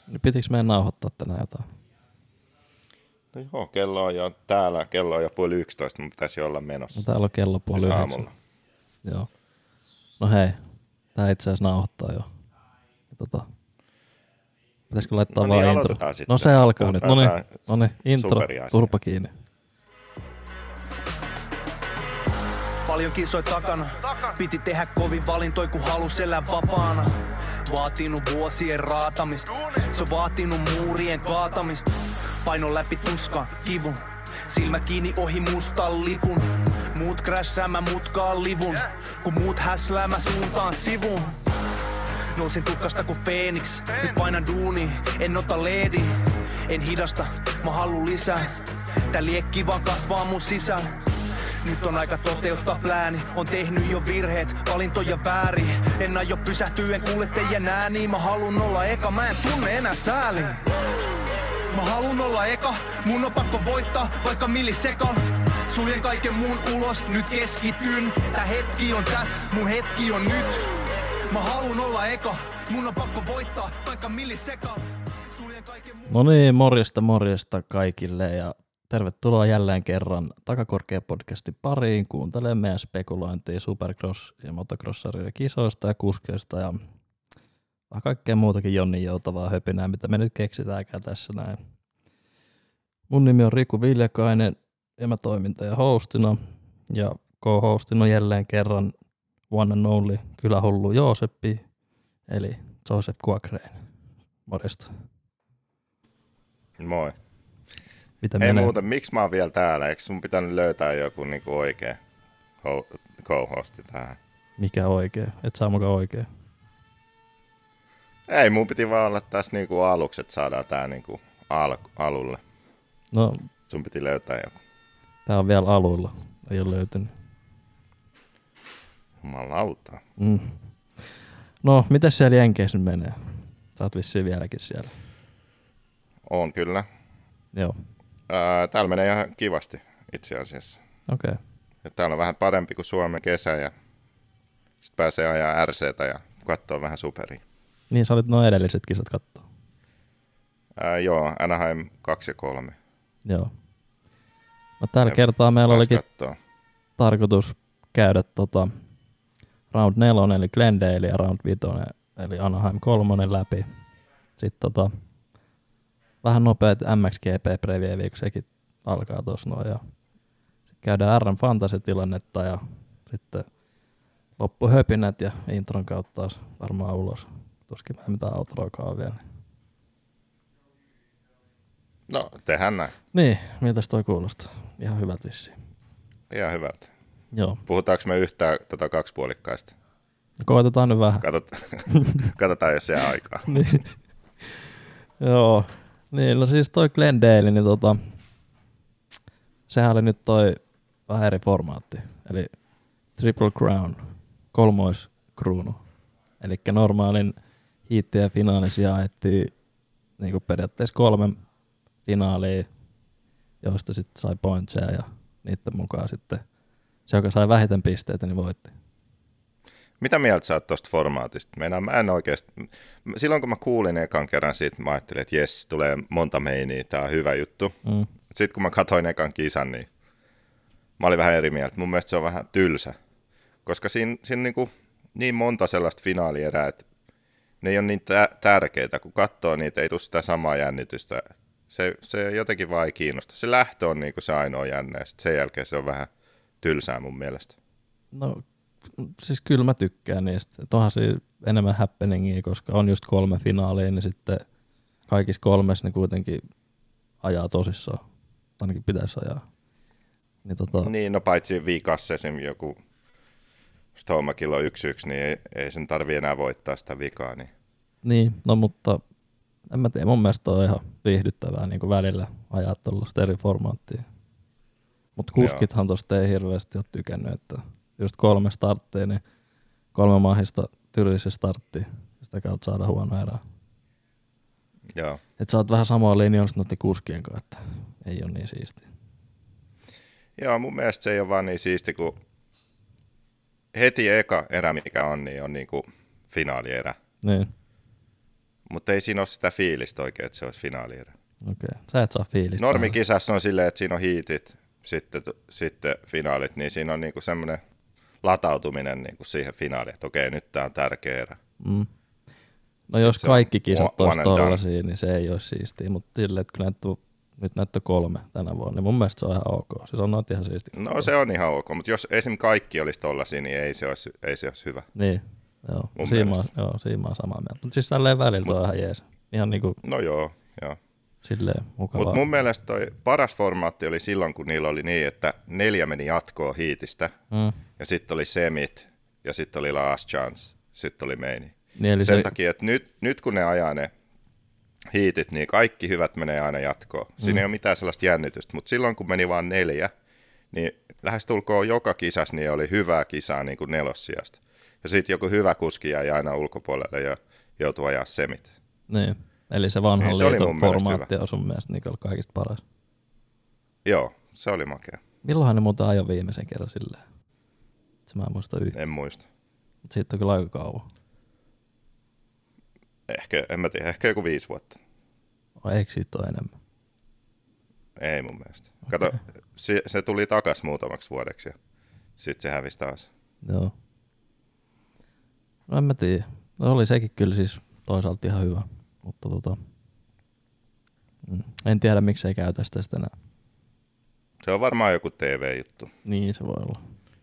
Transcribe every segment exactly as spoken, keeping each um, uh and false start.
Niin pitikö meidän nauhoittaa tänään jotain? No joo, kello on jo täällä, kello on jo puoli yksitoista, mutta pitäisi olla menossa. No täällä on kello puoli siis yhdeksän. Joo. No hei, tää itse asiassa nauhoittaa jo. Ja tota, pitäisikö laittaa no vaan niin, intro? sitten. No se alkaa nyt. No niin, no niin, intro, turpa kiinni. Paljon kisoi takana, piti tehdä kovin valintoi kun halus elää vapaana. Vaatinut vuosien raatamista, se on vaatinut muurien kaatamista. Paino läpi tuskan, kivun, silmät kiinni ohi mustan lipun. Muut crashaa, mä mutkaan livun, kun muut häslää mä suuntaan sivun. Nousin tukkasta kuin Phoenix, nyt painan duuni, en ota leedi. En hidasta, mä haluun lisää, tää liekki vaan kasvaa mun sisällä. Nyt on aika toteuttaa plääni, on tehnyt jo virheet, valintoja väärin. En aio pysähtyä, en kuule teidän ääniä, mä halun olla eka, mä en tunne enää sääliä. Mä halun olla eka, mun on pakko voittaa, vaikka millisekal. Suljen kaiken muun ulos, nyt keskityn. Tää hetki on tässä, mun hetki on nyt. Mä halun olla eka, mun on pakko voittaa, vaikka millisekal. Suljen kaiken muun... No niin, morjesta morjesta kaikille ja tervetuloa jälleen kerran Takakorkea-podcastin pariin. Kuuntelemaan meidän spekulointia Supercross- ja motocrossarjojen kisoista ja kuskeista ja vähän kaikkea muutakin Jonnin joutavaa höpinää, mitä me nyt keksitäänkään tässä näin. Mun nimi on Riku Viljakainen ja mä toimin teidän hostina ja co-hostina jälleen kerran one and only kylähullu Jooseppi eli Joseph Quackrein. Morjesta. Moi. Mitä Ei menee? muuten, miksi mä oon vielä täällä? Eikö sun pitänyt löytää joku niinku oikea ho- co-hosti tähän? Mikä oikee? Et saa mukaan oikee. Ei, mun piti vaan olla tässä niinku aluksi, että saadaan tää niinku al- alulle. No, Sun piti löytää joku. tää on vielä aluilla. Ei ole löytynyt. Jumalauta. Mm. No, miten siellä Jenkeissä nyt menee? Sä oot vissiin vieläkin siellä. On kyllä. Joo, Ää, täällä menee ihan kivasti itse asiassa. okei. Okay. Ja täällä on vähän parempi kuin Suomen kesä ja sit pääsee ajaa R C:tä ja katsoo vähän superia. Niin sä olit nuo edelliset kisat kattoo. Ää, joo, Anaheim kaksi ja kolme. Joo. No tällä Ja kertaa meillä Pääs olikin kattoo. tarkoitus käydä tota round nelonen eli Glendale ja round vitonen eli Anaheim kolmonen läpi. Sitten tota vähän nopeat M X G P-previewia, kun sekin alkaa tuossa noin. Ja sitten käydään R M Fantasy-tilannetta ja sitten loppuhöpinät ja intron kautta taas varmaan ulos. Tuskin mä mitään outroakaan vielä. No, tehdään näin. Niin, miltäs toi kuulostaa? Ihan hyvältä vissiin. Ihan hyvältä. Joo. Puhutaanko me yhtään tota kaksipuolikkaista? Koetetaan nyt vähän. Katsotaan, katsotaan jos se aikaa. Niin. Joo. Niin, no siis toi Glendale, niin tota, sehän oli nyt toi vähän eri formaatti. Eli Triple Crown, kolmoiskruunu. Eli normaalin hiitti- ja finaalissa jaettiin niin periaatteessa kolme finaalia, joista sitten sai pointseja ja niiden mukaan sitten se, joka sai vähiten pisteitä, niin voitti. Mitä mieltä sä oot tosta formaatista? Meinaan, mä en oikeasti... Silloin kun mä kuulin ekan kerran siitä, mä ajattelin, että jes, tulee monta meiniä, tää on hyvä juttu. Mm. Sitten kun mä katsoin ekan kisan, niin mä olin vähän eri mieltä. Mun mielestä se on vähän tylsä, koska siinä, siinä niin, kuin, niin monta sellaista finaalierää, että ne ei ole niin tä- tärkeitä. Kun katsoo niitä, ei tule sitä samaa jännitystä. Se, se jotenkin vaan ei kiinnosta. Se lähtö on niin kuin se ainoa jänne, ja sen jälkeen se on vähän tylsää mun mielestä. No siis kyllä mä tykkään niistä. Et onhan siinä enemmän happeningia, koska on just kolme finaalia, niin sitten kaikissa kolmessa ne kuitenkin ajaa tosissaan. Ainakin pitäisi ajaa. Niin, tota, Niin, no paitsi viikassa esimerkiksi joku Stomakilla on yksi yksi, niin ei, ei sen tarvitse enää voittaa sitä vikaa. Niin. niin, no mutta en mä tiedä, mun mielestä on ihan viihdyttävää niin kuin välillä ajaa tuollaista eri formaattia. Mutta kuskithan tosta ei hirveästi ole tykännyt, että just kolme starttia, niin kolme mahista tyrisi startti, sitä kautta saada huono erää. Joo. Että sä oot vähän samaa linjalla noiden kuskien kanssa, että ei ole niin siistiä. Joo, mun mielestä se ei ole vaan niin siisti, kun heti eka erä, mikä on, niin on niin kuin finaalierä. Niin. mutta ei siinä ole sitä fiilistä oikein, että se olisi finaalierä. Okei, sä et saa fiilistä. Normikisassa on silleen, että siinä on hiitit, sitten, sitten finaalit, niin siinä on niinku semmoinen latautuminen niinku siihen finaaliin, että okei, nyt tää on tärkeä erä. Mm. No jos se kaikki kisat one olisi and done. tollaisia, niin se ei olisi siistiä, mutta silleen, että kun näitä on, nyt näitä on kolme tänä vuonna, niin mun mielestä se on ihan ok. Siis on noita ihan siistiä. No se on ihan ok, mutta jos esim. Kaikki olisi tollaisia, niin ei se olisi, ei se olisi hyvä. Niin, joo. Mun Siinä mä, mielestä. joo, siinä mä oon samaa mieltä. Mutta siis tälleen välillä toi on ihan jees. Ihan niinku No joo, joo. silleen mukavaa. Mutta mun mielestä toi paras formaatti oli silloin, kun niillä oli niin, että neljä meni jatkoon hiitistä, Mm. ja sitten oli semit, ja sitten oli last chance, sitten oli meini. Niin, eli Sen se, takia, että nyt, nyt kun ne ajaa ne hiitit, niin kaikki hyvät menee aina jatkoon. Siinä Mm. ei ole mitään sellaista jännitystä, mutta silloin kun meni vain neljä, niin lähestulkoon joka kisas niin oli hyvää kisaa niin kuin nelossijasta. Ja sitten joku hyvä kuski jäi aina ulkopuolelle ja joutui ajaa semit. niin. Eli se vanhan Niin se oli liiton mun mielestä formaatti on sun mielestä niin kaikista paras. Joo, se oli makea. Milloinhan ne muuten ajoi viimeisen kerran silleen? Se mä en muista yhtä. En muista. Mutta siitä on kyllä aika kauan. Ehkä, en mä tiedä, ehkä joku viisi vuotta. Vai eikö siitä ole enemmän? Ei mun mielestä. Kato, se, se tuli takas muutamaksi vuodeksi ja sitten se hävisi taas. Joo. No en mä tiedä. No oli sekin kyllä siis toisaalta ihan hyvä. Mutta tota, mm, en tiedä miksi ei käytä sitä sitten enää. Se on varmaan joku T V-juttu. Niin se voi olla.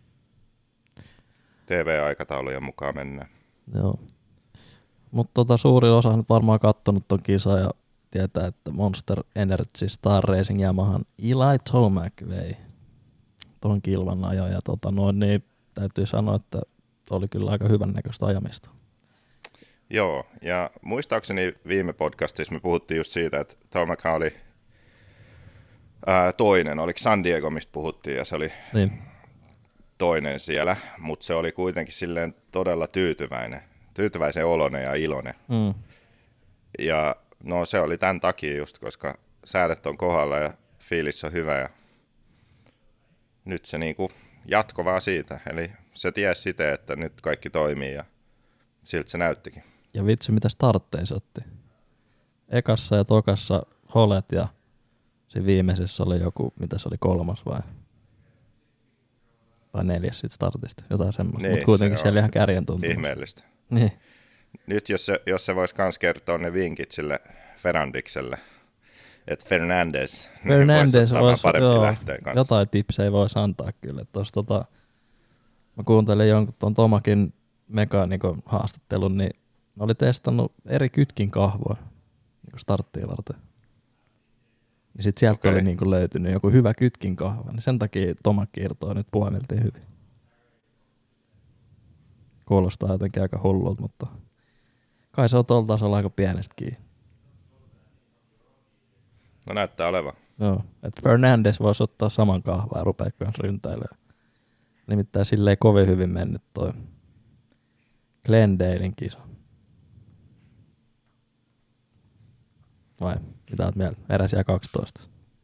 T V-aikataulujen mukaan mennään. Joo. Mutta tota, suuri osa on nyt varmaan kattonut ton kisan ja tietää, että Monster Energy Star Racing Yamahan Eli Tomac vei ton kilvan ajon. Ja tota, noin, niin täytyy sanoa, että oli kyllä aika hyvän näköistä ajamista. Joo, ja muistaakseni viime podcastissa me puhuttiin just siitä, että Tomac oli ää, toinen. Oliko San Diego, mistä puhuttiin, ja se oli Niin. toinen siellä, mutta se oli kuitenkin silleen todella tyytyväinen. Tyytyväisen oloinen ja iloinen. Mm. Ja no se oli tämän takia just, koska säädöt on kohdalla ja fiilis on hyvä ja nyt se niinku jatko vaan siitä. Eli se tiesi sitä, että nyt kaikki toimii ja siltä se näyttikin. Ja vitsi, mitä startteja se otti. Ekassa ja tokassa holet ja siinä viimeisessä oli joku, mitä se oli, kolmas vai? Vai neljäs sit startista, jotain semmoista. Niin, Mutta kuitenkin se siellä on ihan kärjen tuntuu. Ihmeellistä. Niin. Nyt jos se, jos se voisi kans kertoa ne vinkit sille Ferrandikselle, että Fernandes, Fernandes niin voisi, paremmin joo, lähteä kanssa. jotain tipsejä voisi antaa kyllä. Tos, tota, mä kuuntelin jonkun tuon Tomakin mekaanikon haastattelun, niin ne oli testannut eri kytkin kahvoja niin starttia varten. Niin sit sieltä Okei. oli niin kuin löytynyt joku hyvä kytkin kahva, niin sen takia Tomakki irtoaa nyt puoleltiin hyvin. Kuulostaa jotenkin aika hullulta, mutta kai se on tuolla tasolla aika pienestä kiinni. No näyttää olevan. Joo, että Fernandes voisi ottaa saman kahvaa ja rupea kanssa ryntäilemään. Nimittäin silleen kovin hyvin mennyt toi Glendalein kisa. Vai mitä oot mieltä? Eräs jää kaksitoista.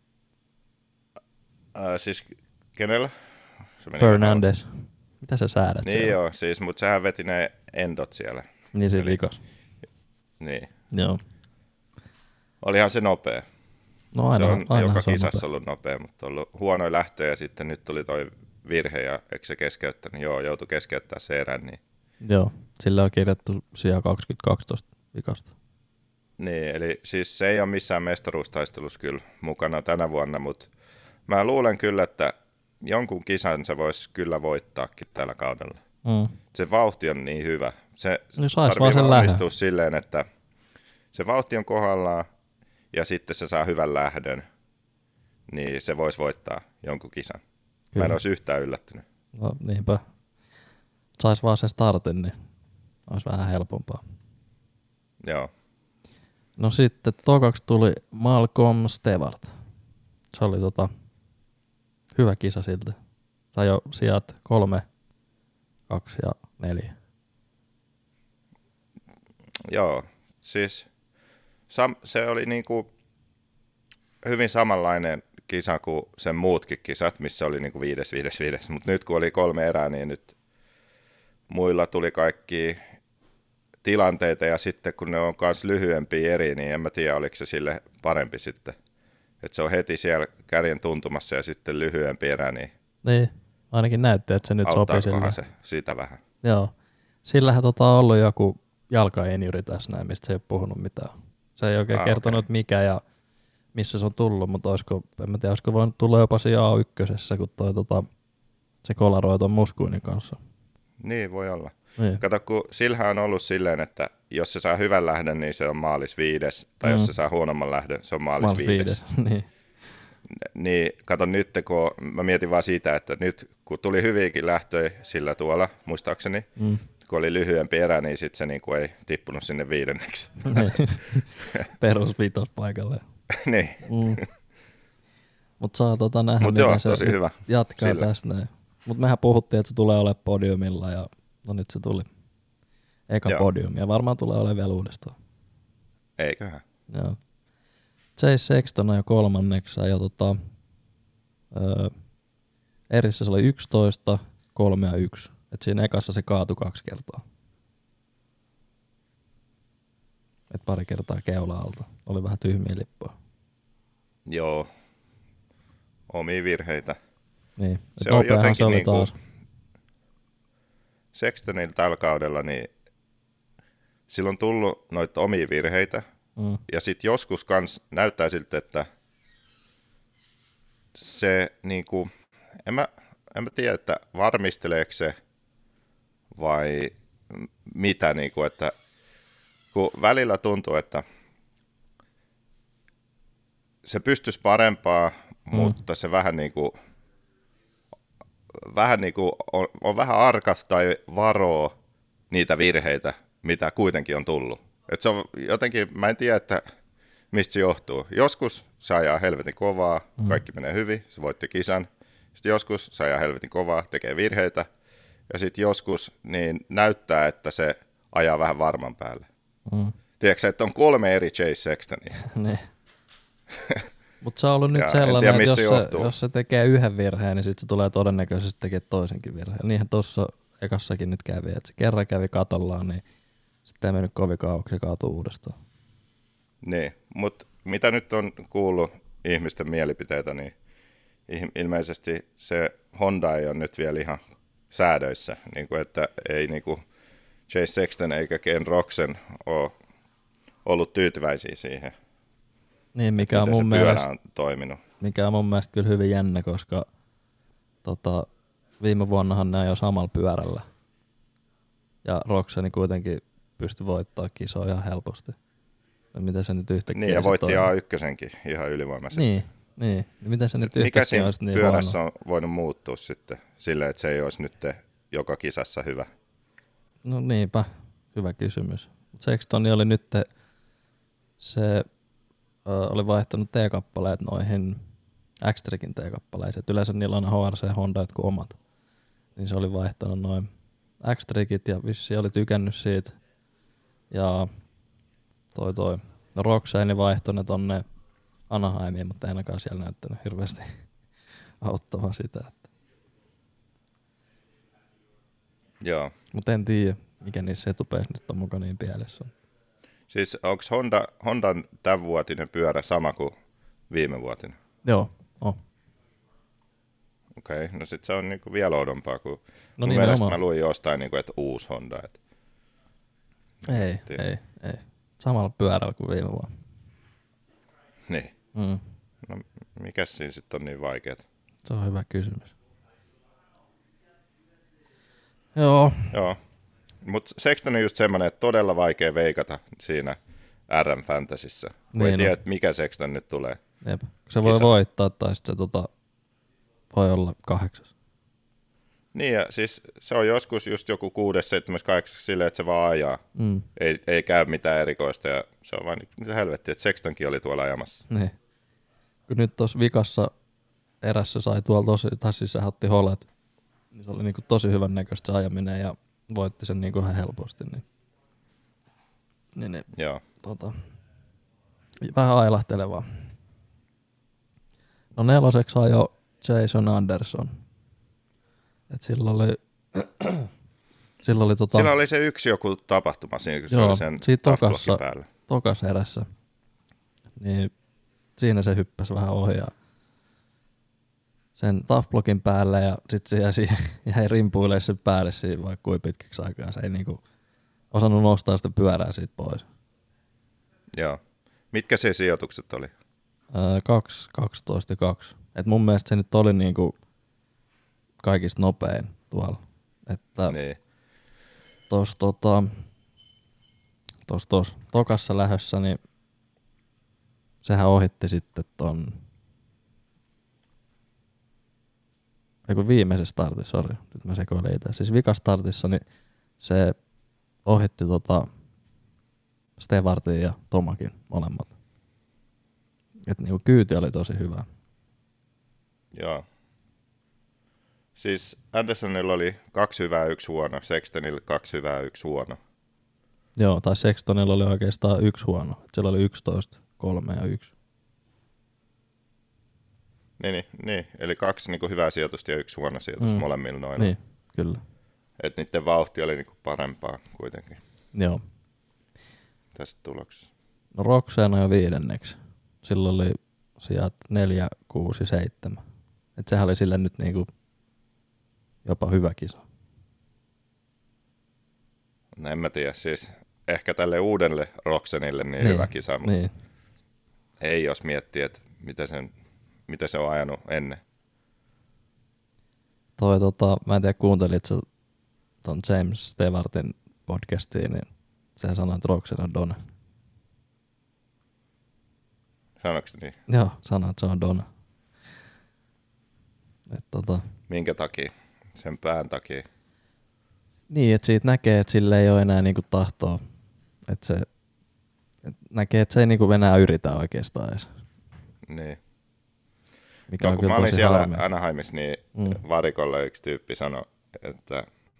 Äh, siis kenellä? Se meni Fernandes. Mitä sä säädät Niin siellä? joo, siis, mutta sehän veti ne endot siellä. Niin siinä Eli- vikas. Niin. Joo. Olihan se nopea. No aina, se on aina joka se on kisassa nopea. ollut nopea, mutta on ollut huonoja lähtöjä ja sitten nyt tuli toi virhe ja eikö se keskeyttänyt? Joo, joutui keskeyttämään se erän. Niin, Joo, sillä on kirjattu sijaan kaksikymmentäkaksitoista vikasta. niin, eli siis se ei ole missään mestaruustaistelussa kyllä mukana tänä vuonna, mutta mä luulen kyllä, että jonkun kisan se voisi kyllä voittaakin tällä kaudella. Mm. Se vauhti on niin hyvä. Se No sais vaan tarvii sen vaan lähdön. onnistua silleen, että se vauhti on kohdallaan ja sitten se saa hyvän lähdön, niin se voisi voittaa jonkun kisan. Mä Kyllä. en olisi yhtään yllättynyt. No niinpä. Sais vaan se startin, niin olisi vähän helpompaa. Joo. No sitten tokaksi tuli Malcolm Stewart. Se oli tota hyvä kisa siltä. Tai jo sijat kolme, kaksi ja neljä. Joo, siis sam- se oli niinku hyvin samanlainen kisa kuin sen muutkin kisat, missä oli niinku viides, viides, viides. Mutta nyt kun oli kolme erää, niin nyt muilla tuli kaikki tilanteita ja sitten kun ne on myös lyhyempiä eri, niin en mä tiedä, oliko se sille parempi sitten. Että se on heti siellä kärjen tuntumassa ja sitten lyhyempi erä, niin Niin, ainakin näytti, että se nyt sopii sille. se siitä vähän. Joo. Sillähän tota on ollut joku jalkainjuri tässä näin, mistä se ei ole puhunut mitään. Se ei oikein ah, kertonut okay. mikä ja missä se on tullut, mutta olisiko, en mä tiedä, olisiko voinut tulla jopa siinä A yksi, kun toi, tota, se kolaroi ton Muskuinin kanssa. Niin, voi olla. Niin. Kato, kun sillähän on ollut silleen, että jos se saa hyvän lähdön, niin se on maalis viides, tai mm. jos se saa huonomman lähdön, se on maalis, maalis viides. viides. niin. Niin, kato nyt, kun mä mietin vaan siitä, että nyt kun tuli hyviäkin lähtöjä sillä tuolla, muistaakseni, mm. kun oli lyhyempi erä, niin sitten se niinku ei tippunut sinne viidenneksi. Perus vitos paikalle. niin. Mm. Mutta saa tota nähdä, Mut miten joo, se tosi hyvä. jatkaa Sillä. tästä näin. Mutta mehän puhuttiin, että se tulee olemaan podiumilla ja no nyt se tuli. Eka joo. podium ja varmaan tulee olemaan vielä uudestaan. Eiköhän. Joo. Chase Sexton jo kolmanneksi ja tota, öö, erissä se oli yksitoista, kolme ja yksi. Et siinä ekassa se kaatui kaksi kertaa. Et pari kertaa keula alta. Oli vähän tyhmiä lippuja. Joo. Omia virheitä. Niin. Se on jotenkin se oli niinku taas. Sextonilla tällä kaudella, niin sillä on tullut noita omia virheitä. Mm. Ja sitten joskus kans näyttää siltä, että se niinku, en mä, en mä tiedä, että varmisteleeko se vai mitä, niinku, että kun välillä tuntuu, että se pystyisi parempaa, mm. mutta se vähän niinku, vähän niinku on, on vähän arkat tai varoo niitä virheitä, mitä kuitenkin on tullut. Et se on jotenkin, mä en tiedä, että mistä se johtuu. Joskus se ajaa helvetin kovaa, mm. kaikki menee hyvin, se voitti kisan. Sitten joskus se ajaa helvetin kovaa, tekee virheitä. Ja sitten joskus niin näyttää, että se ajaa vähän varman päälle. Mm. Tiedätkö, että on kolme eri Chase Sextonia? Niin. Mutta se on ollut nyt sellainen, tiedä, että jos se, jos se tekee yhden virheen, niin sitten se tulee todennäköisesti tekemään toisenkin virheen. Niinhän tuossa ekassakin nyt kävi, että se kerran kävi katollaan, niin sitten ei mennyt kovin kauaksi ja kaatuu uudestaan. Niin, mutta mitä nyt on kuullut ihmisten mielipiteitä, niin ilmeisesti se Honda ei ole nyt vielä ihan säädöissä, niin kuin että ei niin kuin Chase Sexton eikä Ken Roczen ole ollut tyytyväisiä siihen. Niin, mikä on, mun mielestä, on toiminut. mikä on mun mielestä kyllä hyvin jännä, koska tota, viime vuonnahan nämä jo samalla pyörällä. Ja Roczen kuitenkin pystyi voittamaan kisoa ihan helposti. Ja miten se nyt yhtäkkiä niin, ja voitti A ykkösenkin ihan ylivoimaisesti. Niin, niin. Miten se nyt mikä yhtäkkiä olisi niin pyörässä huono? on voinut muuttua sitten silleen, että se ei olisi nyt joka kisassa hyvä? No niinpä, hyvä kysymys. Sextoni oli nyt, se ö, oli vaihtanut T-kappaleet noihin X-Trickin T-kappaleisiin. Yleensä niillä on H R C Honda jotkut omat. Niin se oli vaihtanut noin X-Trickit ja vissi oli tykännyt siitä. Ja toi toi. No Roczen vaihtoi ne tonne Anaheimiin, mutta ei ainakaan siellä näyttänyt hirveästi auttamaan sitä. Että. Joo. Mutta en tiedä, mikä niissä etupeissä nyt on mukaan niin pielessä. Siis onko Honda, Hondan tämänvuotinen pyörä sama kuin viime vuotinen? Joo, on. Okei, okay, no sit se on niinku vielä oudompaa kuin no mun niin, mielestä mä luin jostain, niinku, että uusi Honda. Et. Ei, Sitten. ei, ei. Samalla pyörällä kuin viime vuonna. Niin. Mm. No mikäs siinä sitten on niin vaikeet? Se on hyvä kysymys. Joo. Joo. Mutta Sexton on just semmoinen, että todella vaikea veikata siinä R M-fantasyssä. Kun niin ei tiedä, mikä Sexton nyt tulee. Jep. Se voi Kisa. voittaa tai sitten se tota, voi olla kahdeksas. Niin ja siis se on joskus just joku kuudes, seitsemäs, kahdeksas silleen, että se vaan ajaa. Mm. Ei, ei käy mitään erikoista ja se on vaan mitä helvettiä, että Sextonkin oli tuolla ajamassa. Niin. Kun nyt tuossa vikassa erässä sai tuolla tosi, tai siis se otti holet, niin se oli niinku tosi hyvän näköistä se ajaminen ja voitti sen niinku ihan helposti. Niin, niin, niin joo. Tota, vähän ailahtelevaa. No neloseksi ajoi Jason Anderson. Et sillä oli Sillä oli, tota, Sillä oli se yksi joku tapahtuma siinä, kun joo, se oli sen siitä tough tokassa, blockin päällä. tokas erässä. Niin siinä se hyppäsi vähän ohjaa sen tough blockin päälle ja sit se jäi, jäi rimpuilemaan sen päälle siinä vaikka kuin pitkäksi aikaa. Se ei niinku osannut nostaa sitä pyörää siitä pois. Joo. Mitkä se sijoitukset oli? Öö, kaksi, kaksitoista ja kaksi. Et mun mielestä se nyt oli niinku kaikista nopein tuolla. Että Niin. tos tota, tos tos tokassa lähössä, niin sehän ohitti sitten ton, eiku viimeisessä startissa, sori, nyt mä sekoilin itse. Siis vikastartissa, niin se ohitti tota Stevartin ja Tomakin molemmat. Et niinku kyyti oli tosi hyvä. Joo. Siis Andersonilla oli kaksi hyvää, yksi huono. Sextonilla kaksi hyvää, yksi huono. Joo, tai Sextonilla oli oikeastaan yksi huono. Et siellä oli yksitoista, kolme ja yksi. Niin, niin, niin. Eli kaksi niin kuin hyvää sijoitusta ja yksi huono sijoitus mm. molemmilla noilla. Niin, kyllä. Että niiden vauhti oli niin kuin parempaa kuitenkin Joo. tässä tuloksessa. No Roxen on jo viidenneksi. Silloin oli sijat neljä, kuusi, seitsemän. Et sehän oli sille nyt niinku jopa hyvä kisa. No en mä tiedä, siis ehkä tälle uudelle Roxenille niin, niin hyvä kisa, mutta niin. ei jos miettii, että mitä, sen, mitä se on ajanut ennen. Toi tota, mä en tiedä kuuntelit sä ton James Stewartin podcastiin, niin sehän sanoi, että Roxen on Donna. Sanoiko niin? Joo, sanoi, että se on Donna. Et tota, minkä takia? Sen pään takia. niin, että siitä näkee, että sille ei ole enää niinku tahtoa. Että se et näkee, että se ei niinku enää yritä oikeastaan edes. Niin. Mikä no, on kun kyllä mä olin tosi siellä harmi. Anaheimissa, niin mm. varikolla yksi tyyppi sanoi, että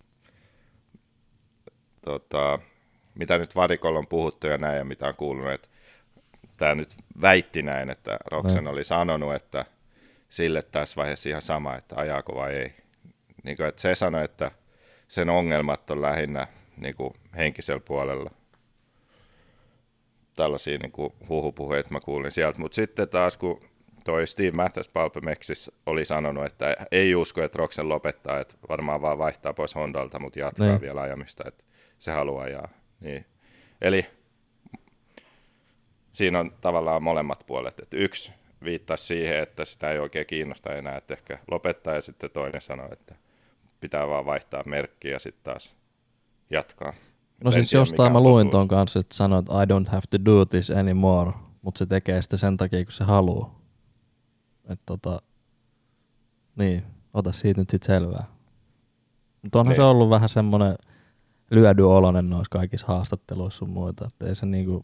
tota, mitä nyt varikolla on puhuttu ja näin ja mitä on kuulunut, että tämä nyt väitti näin, että Roxen no. oli sanonut, että sille tässä vaiheessa ihan sama, että ajaako vai ei. Niin kuin, että se sanoi, että sen ongelmat on lähinnä niin kuin henkisellä puolella. Tällaisia niin kuin huhupuheita mä kuulin sieltä. Mutta sitten taas, kun toi Steve Matthes Palpemexissa oli sanonut, että ei usko, että Roxen lopettaa, että varmaan vaan vaihtaa pois Hondalta, mutta jatkaa niin. vielä ajamista, että se haluaa ajaa. Niin. Eli siinä on tavallaan molemmat puolet. Että yksi viittasi siihen, että sitä ei oikein kiinnosta enää, että ehkä lopettaa, ja sitten toinen sanoi, että pitää vaan vaihtaa merkkiä ja sitten taas jatkaa. No siis jostain mä luin ton kanssa, että sanoi, että I don't have to do this anymore, mutta se tekee sitä sen takia, kun se haluaa. Että tota, niin, ota siitä nyt sit selvää. Mutta onhan niin. se ollut vähän semmonen lyödy oloinen noissa kaikissa haastatteluissa sun muita, että ei se niinku.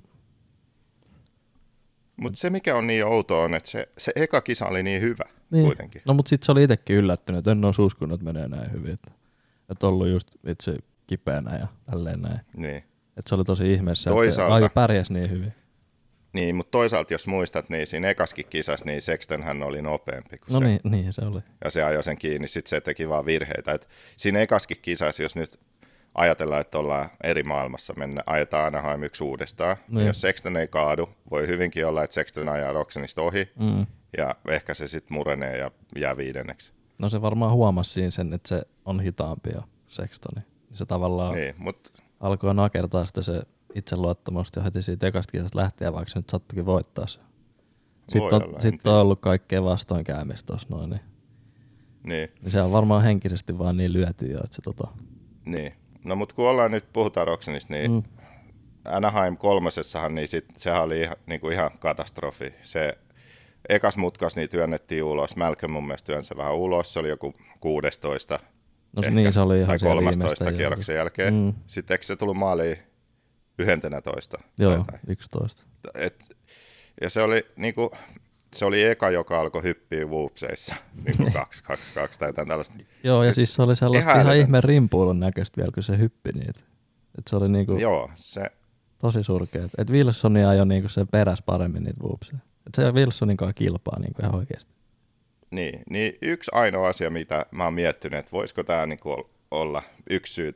Mutta se mikä on niin outoa on, että se, se eka kisa oli niin hyvä niin. kuitenkin. No mutta sitten se oli itsekin yllättynyt, että en olisi uskonut, että menee näin hyvin. Että, että ollut just itse kipeänä ja tälleen näin. Niin. Että se oli tosi ihmeessä, toisaalta, että se aio pärjäsi niin hyvin. Niin, mutta toisaalta jos muistat, niin siinä ekaskin kisassa niin Sextonhan oli nopeampi kuin no se. niin, niin se oli. Ja se ajoi sen kiinni, sitten se teki vaan virheitä. Et siinä ekaskin kisassa, jos nyt ajatellaan, että ollaan eri maailmassa, mennä, ajetaan Anaheim yksi uudestaan. Niin. Jos Sexton ei kaadu, voi hyvinkin olla, että Sexton ajaa Roxenista ohi, mm. ja ehkä se sitten murenee ja jää viidenneksi. No se varmaan huomasi siinä sen, että se on hitaampi ja Sextoni. Se tavallaan niin, mut alkoi nakertaa sitä se itseluottamusta jo heti siitä ekasta kisasta lähtien, vaikka se nyt sattuikin voittaa se. Sitten on, sit on ollut kaikkea vastoinkäymistä tuossa noin. Niin, niin. niin se on varmaan henkisesti vaan niin lyöty jo, että se tota. Niin. No mut kun ollaan nyt, puhutaan Roxenista, niin mm. Anaheim kolmosessahan, niin sit, sehän oli ihan, niin kuin ihan katastrofi. Se ekas mutkas niin työnnettiin ulos, Malcolm mun mielestä työnsi vähän ulos, se oli joku kuusitoista. No ehkä, niin se oli ihan tai kolmastoista kierroksen jälkeen. Mm. Sitten eikö se tullut maaliin yksitoista? Joo, yksitoista. Et, ja se oli, niinku, se oli eka, joka alkoi hyppiä whoopseissa, niinku kaksi kaksi kaksi tai jotain tällaista. Joo, ja et, siis se oli sellaista ihan, ihan ihme rimpuilun näköistä vielä, kun se hyppi niitä. Et se oli niinku joo, se tosi surkeet. Et Wilsoni ajoi niinku sen peräs paremmin niitä whoopseja. Et se Wilsonin kanssa kilpaa niinku ihan oikeasti. Niin, niin yksi ainoa asia, mitä mä oon miettinyt, että voisiko tämä niinku olla yksi syy tähän,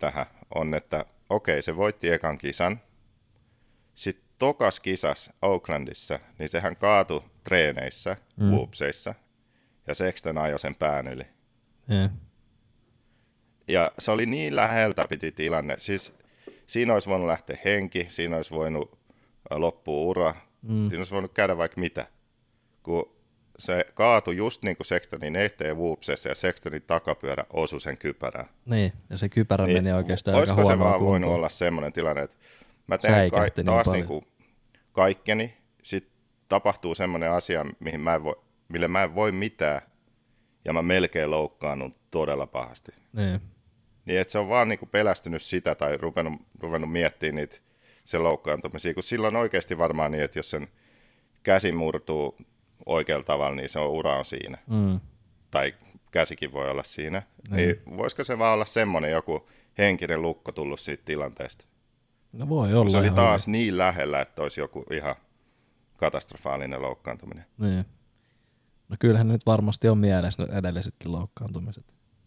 on, että okei, se voitti ekan kisan. Sitten tokas kisas Oaklandissa, niin sehän kaatui treeneissä, mm. whoopseissa, ja Sexton ajoi sen pään yli. Yeah. Ja se oli niin läheltä piti tilanne. Siis siinä olisi voinut lähteä henki, siinä olisi voinut loppua ura, mm. siinä olisi voinut käydä vaikka mitä. Kun se kaatui just niin kuin Sextonin eteen whoopsessa ja Sextonin takapyörä osui sen kypärään. Niin, ja se kypärä niin, meni oikeastaan aika huonoa. Olisiko se vaan kuntoon. voinut olla semmoinen tilanne, että mä teen ka- niin taas niin kuin kaikkeni, sitten tapahtuu semmoinen asia, mihin mä en voi, mille mä en voi mitään, ja mä melkein loukkaannut todella pahasti. Niin. Niin että se on vaan niin kuin pelästynyt sitä tai ruvennut, ruvennut miettimään niitä sen loukkaantumisia, kun silloin oikeasti varmaan niin, että jos sen käsi murtuu oikealla tavalla, niin se on ura on siinä. Mm. Tai käsikin voi olla siinä. Mm. Niin voisiko se vaan olla semmoinen joku henkinen lukko tullut siitä tilanteesta? No voi olla. Se oli taas hyvin niin lähellä, että olisi joku ihan katastrofaalinen loukkaantuminen. Niin. No kyllähän nyt varmasti on mielessä ne edellisetkin loukkaantumiset.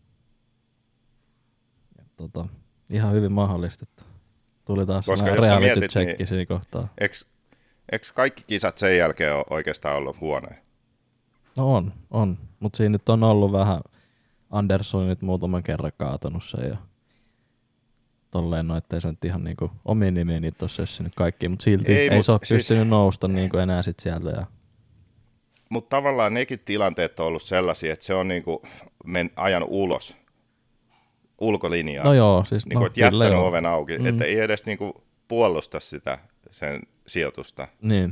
Ja tota, ihan hyvin mahdollista, että tuli taas reality checki niin, siinä kohtaa. Eikö kaikki kisat sen jälkeen ole oikeastaan ollut huonoja? No on, on. Mutta siinä nyt on ollut vähän Anderssonit muutaman kerran kaatanut sen ja tolleen no, ettei se nyt ihan niinku omiin nimiin niitä ole sössinyt kaikkiin, mutta silti ei, ei mut, se ole siis pystynyt nousta niinku enää sit sieltä. Ja mutta tavallaan nekin tilanteet on ollut sellaisia, että se on niinku men, ajanut ulos ulkolinjaa. No joo, siis niinku, no, jättänyt joo. oven auki, mm. että ei edes niinku puolusta sitä sen sijoitusta. Niin.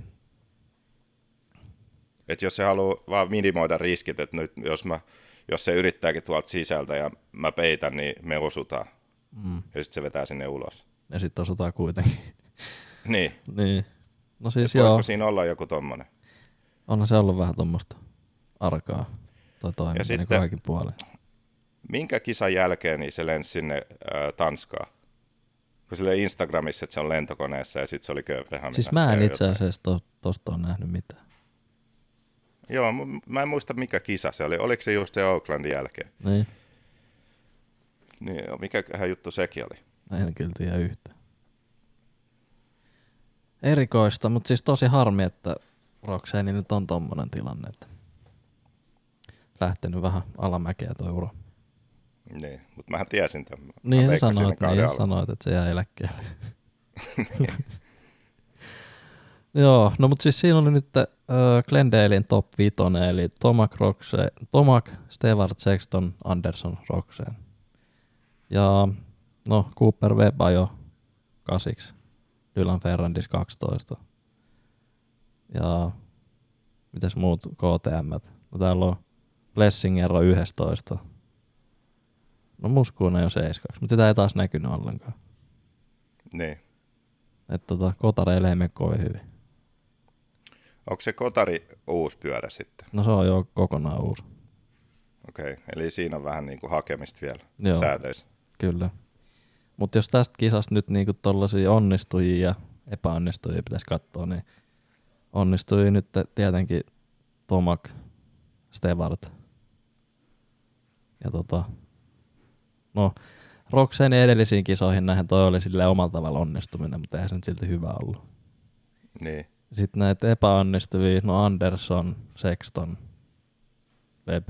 Että jos se haluaa vaan minimoida riskit, että nyt jos, mä, jos se yrittääkin tuolta sisältä ja mä peitän, niin me osutaan. Mm. Ja sitten se vetää sinne ulos. Ja sitten osutaan kuitenkin. Niin. niin. No siis voisiko joo. siinä olla joku tommonen? Onhan se ollut vähän tommoista arkaa toi toiminta niin kaikin puolin. Minkä kisan jälkeen niin se lensi sinne äh, Tanskaan? Kun sille Instagramissa, että se on lentokoneessa ja sitten se oli Kööpenhaminassa. Siis mä en itse asiassa to, tosta ole nähnyt mitään. Joo, mä en muista mikä kisa se oli. Oliko se just se Oaklandin jälkeen? Niin. Niin, mikähän juttu sekin oli? En kyllä tiedä yhtään. Erikoista, mutta siis tosi harmi, että Roxanne nyt on tommonen tilanne, että lähtenyt vähän alamäkeä toi ura. Niin, mutta mähän tiesin tämän. Niin sä sanoit, niin sanoit, että se jää eläkkeelle. Joo, no mutta siis siinä oli nyt äh, Glendalein top vitonen, eli Tomac, Roxe, Tomac, Stewart, Sexton, Anderson, Roxanne. Ja no Cooper Webb ajoi kasiksi, Dylan Ferrandis kaksitoista. Ja mitäs muut K T M:t? No täällä on Blessinger on yksitoista. No Muskuinen jo seitsemän, mutta sitä ei taas näkynyt ollenkaan. Niin. Että tota, kotareille ei mene kovin hyvin. Onko se kotari uusi pyörä sitten? No se on jo kokonaan uusi. Okei, okay, eli siinä on vähän niinku hakemista vielä Joo, säädöissä. Kyllä. Mutta jos tästä kisasta nyt niinku tollasia onnistujia ja epäonnistujia pitäisi katsoa, niin onnistui nyt tietenkin Tomac, Stewart ja tota, no Roxanne edellisiin kisoihin nähden toi oli silleen omalla tavalla onnistuminen, mutta eihän se nyt silti hyvä ollut. Niin. Sitten näitä epäonnistuvia, no Anderson, Sexton, Webb.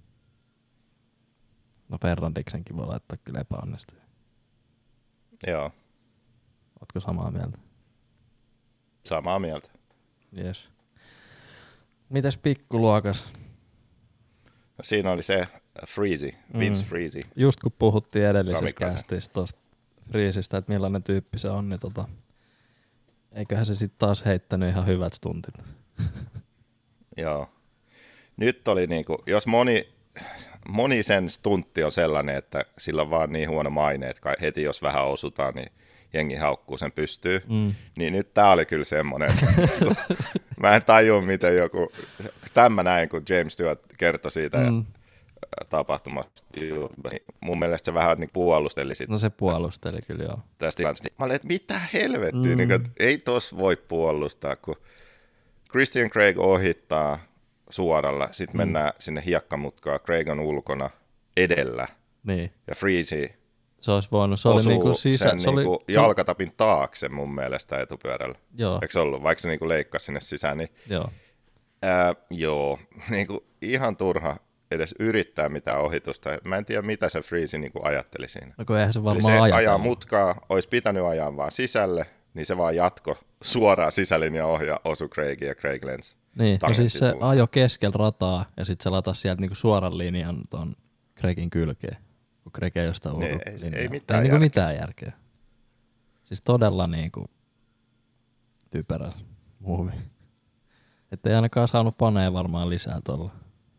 No Ferrandiksenkin voi laittaa kyllä epäonnistujia. Joo. Ootko samaa mieltä? Samaa mieltä. Jes. Mites pikkuluokas? No siinä oli se Freezy, Vince mm. Freezy. Just kun puhuttiin edellisessä kästissä tosta Freezistä, että millainen tyyppi se on, niin tota, eiköhän se sitten taas heittänyt ihan hyvät stuntit. Joo. Nyt oli niinku, jos moni, moni sen stuntti on sellainen, että sillä on vaan niin huono maine, että heti jos vähän osutaan, niin jengi haukkuu sen pystyy. Mm. Niin nyt tää oli kyllä semmoinen, mä en tajua miten joku, tämän mä näin, kun James Stewart kertoi siitä mm. ja tapahtumasta. Mun mielestä se vähän niin puolusteli sitä. No se puolusteli kyllä joo. Tästä mä olin, että mitä helvettiä, mm. niin kuin, ei tos voi puolustaa, kun Christian Craig ohittaa suoralla, sitten mm. mennään sinne hiekkamutkaan, Craig on ulkona edellä niin. ja Freezy Se olisi voinut. Se oli niinku sisä... sen se oli, niinku se... jalkatapin taakse mun mielestä etupyörällä. Joo. Eikö se ollut? Vaikka se niinku leikkasi sinne sisään, niin... Joo. Ää, joo. Niinku ihan turha edes yrittää mitään ohitusta. Mä en tiedä, mitä se Freeze niinku ajatteli siinä. No kun eihän se varmaan se ajatella. ajaa mutkaa, olisi pitänyt ajaa vaan sisälle, niin se vaan jatko suoraan sisälinja ohjaa osu Craigia ja Craig lensi. Niin, no siis se ajo keskellä rataa ja sitten se latasi sieltä niinku suoran linjan ton Craigin kylkeen, kun Craig ei jostain niin, ulko ei, linjaa. ei mitään ei järkeä. niinku mitään järkeä. Siis todella niinku typerä movie. Että ei ainakaan saanut faneja varmaan lisää tuolla.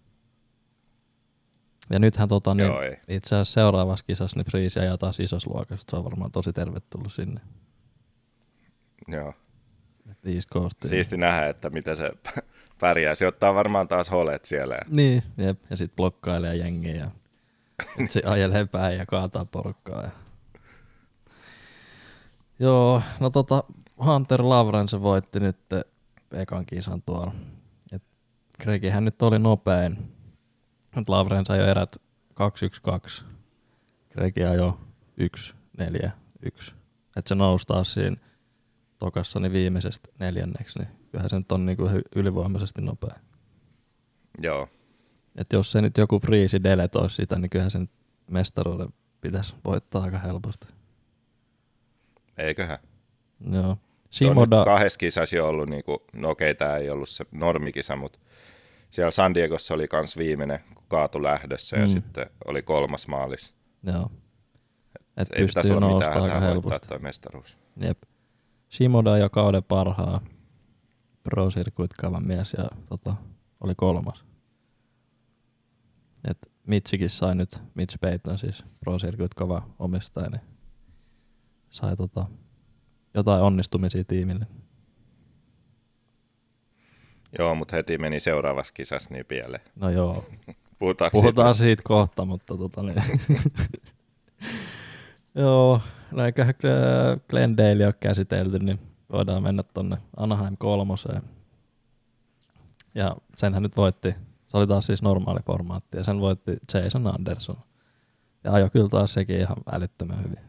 Ja nythän tota, niin Joo, itse asiassa seuraavassa kisassa niin Freeze ajaa taas isossa luokassa. Se on varmaan tosi tervetullut sinne. Joo. East Coastiin. Siisti nähdä, että miten se pärjää. Se ottaa varmaan taas holet siellä. Niin, jep. Ja sit blokkailee jengiä ja se ajelee päin ja kaataa porukkaa. Ja... Joo, no tota Hunter Lavrence voitti nyt ekan kisan tuolla. Et Craigihän nyt oli nopein. Et Lavrence ajoi erät kaksi yksi kaksi. Craig ajoi yksi neljä yksi. Et se nousi taas siinä tokassa niin viimeisestä neljänneksi, niin kyllähän se nyt on niinku ylivoimaisesti nopea. Joo. Et jos se nyt joku Freeze deletoisi sitä, niin kyllähän sen mestaruuden pitäisi voittaa aika helposti. Eiköhän. Joo. Shimoda... Se on nyt kahdessa kisassa jo ollut, niin kuin, no okei, tämä ei ollut se normikisa, mutta siellä San Diegossa oli kans viimeinen, kun kaatui lähdössä mm. ja sitten oli kolmas maalis. Joo. Et ei pitäisi olla mitään aika helposti. Toi mestaruus. Jep. Shimoda ja kauden parhaa Pro Circuit-kaavan mies ja tota, oli kolmas. Et Mitsikin sai nyt, Mitch Payton siis Pro Circuit-kava omistaja, niin sai tota, jotain onnistumisia tiimille. Joo, mutta heti meni seuraavassa kisassa niin pieleen. No joo. Puhutaanko Puhutaan siitä? siitä kohta, mutta tota niin. Joo, no eiköhän Glendale ole käsitelty, niin voidaan mennä tonne Anaheim kolmoseen. Ja senhän nyt voitti, se oli taas siis normaali formaatti, ja sen voitti Jason Anderson. Ja ajo kyllä taas sekin ihan älyttömän hyvin.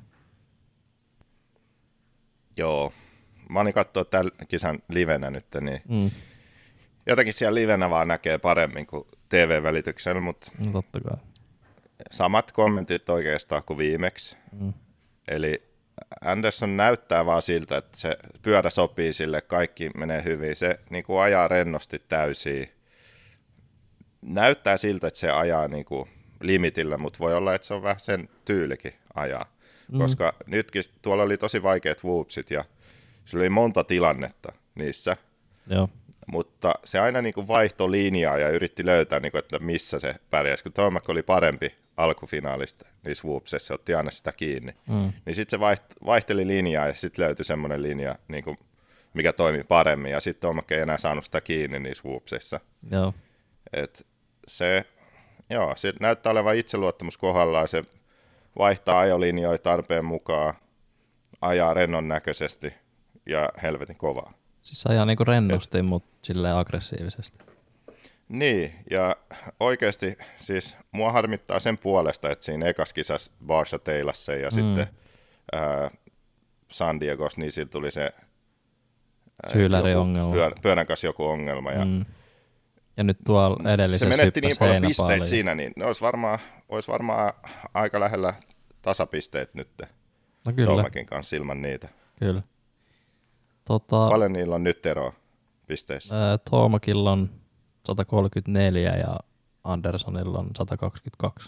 Joo, mä olin katsoa tämän kisan livenä nyt, niin Mm. jotenkin siellä livenä vaan näkee paremmin kuin T V-välityksellä, mutta No totta kai. samat kommentit oikeastaan kuin viimeksi. Mm. Eli Anderson näyttää vaan siltä, että se pyörä sopii sille, kaikki menee hyvin. Se niin kuin ajaa rennosti täysiä. Näyttää siltä, että se ajaa niin kuin limitillä, mutta voi olla, että se on vähän sen tyylikin ajaa. Mm. Koska nytkin tuolla oli tosi vaikeat whoopsit ja sillä oli monta tilannetta niissä. Joo. Mutta se aina niin kuin vaihtoi linjaa ja yritti löytää, niin kuin, että missä se pärjäsi. Kun Tomac oli parempi alkufinaalista niissä whoopsissa, se otti aina sitä kiinni. Mm. Niin sitten se vaiht- vaihteli linjaa ja sitten löytyi semmoinen linja, niin kuin, mikä toimi paremmin. Ja sitten Tomac ei enää saanut sitä kiinni niissä whoopsissa. Joo. Et se, joo, se näyttää olevan itseluottamus kohdallaan. Se vaihtaa ajolinjoja tarpeen mukaan, ajaa rennon näköisesti ja helvetin kovaa. Siis ajaa niinku rennosti, mutta silleen aggressiivisesti. Niin, ja oikeasti siis mua harmittaa sen puolesta, että siinä ekas kisassa Barsha teilasi sen ja mm. sitten ää, San Diegossa, niin sillä tuli se Syyläriongelma. Pyör, pyörän kanssa joku ongelma. Ja, mm. ja nyt tuolla edellisessä se menetti niin paljon pisteitä pisteitä siinä, niin ne olisi varmaan, olisi varmaan aika lähellä tasapisteet nyt. No kyllä. Tomacin kanssa ilman niitä. Kyllä. Tota, paljon niillä on nyt eroa pisteissä? Ää, Tomacilla on sata kolmekymmentäneljä ja Andersonilla on sata kaksikymmentäkaksi.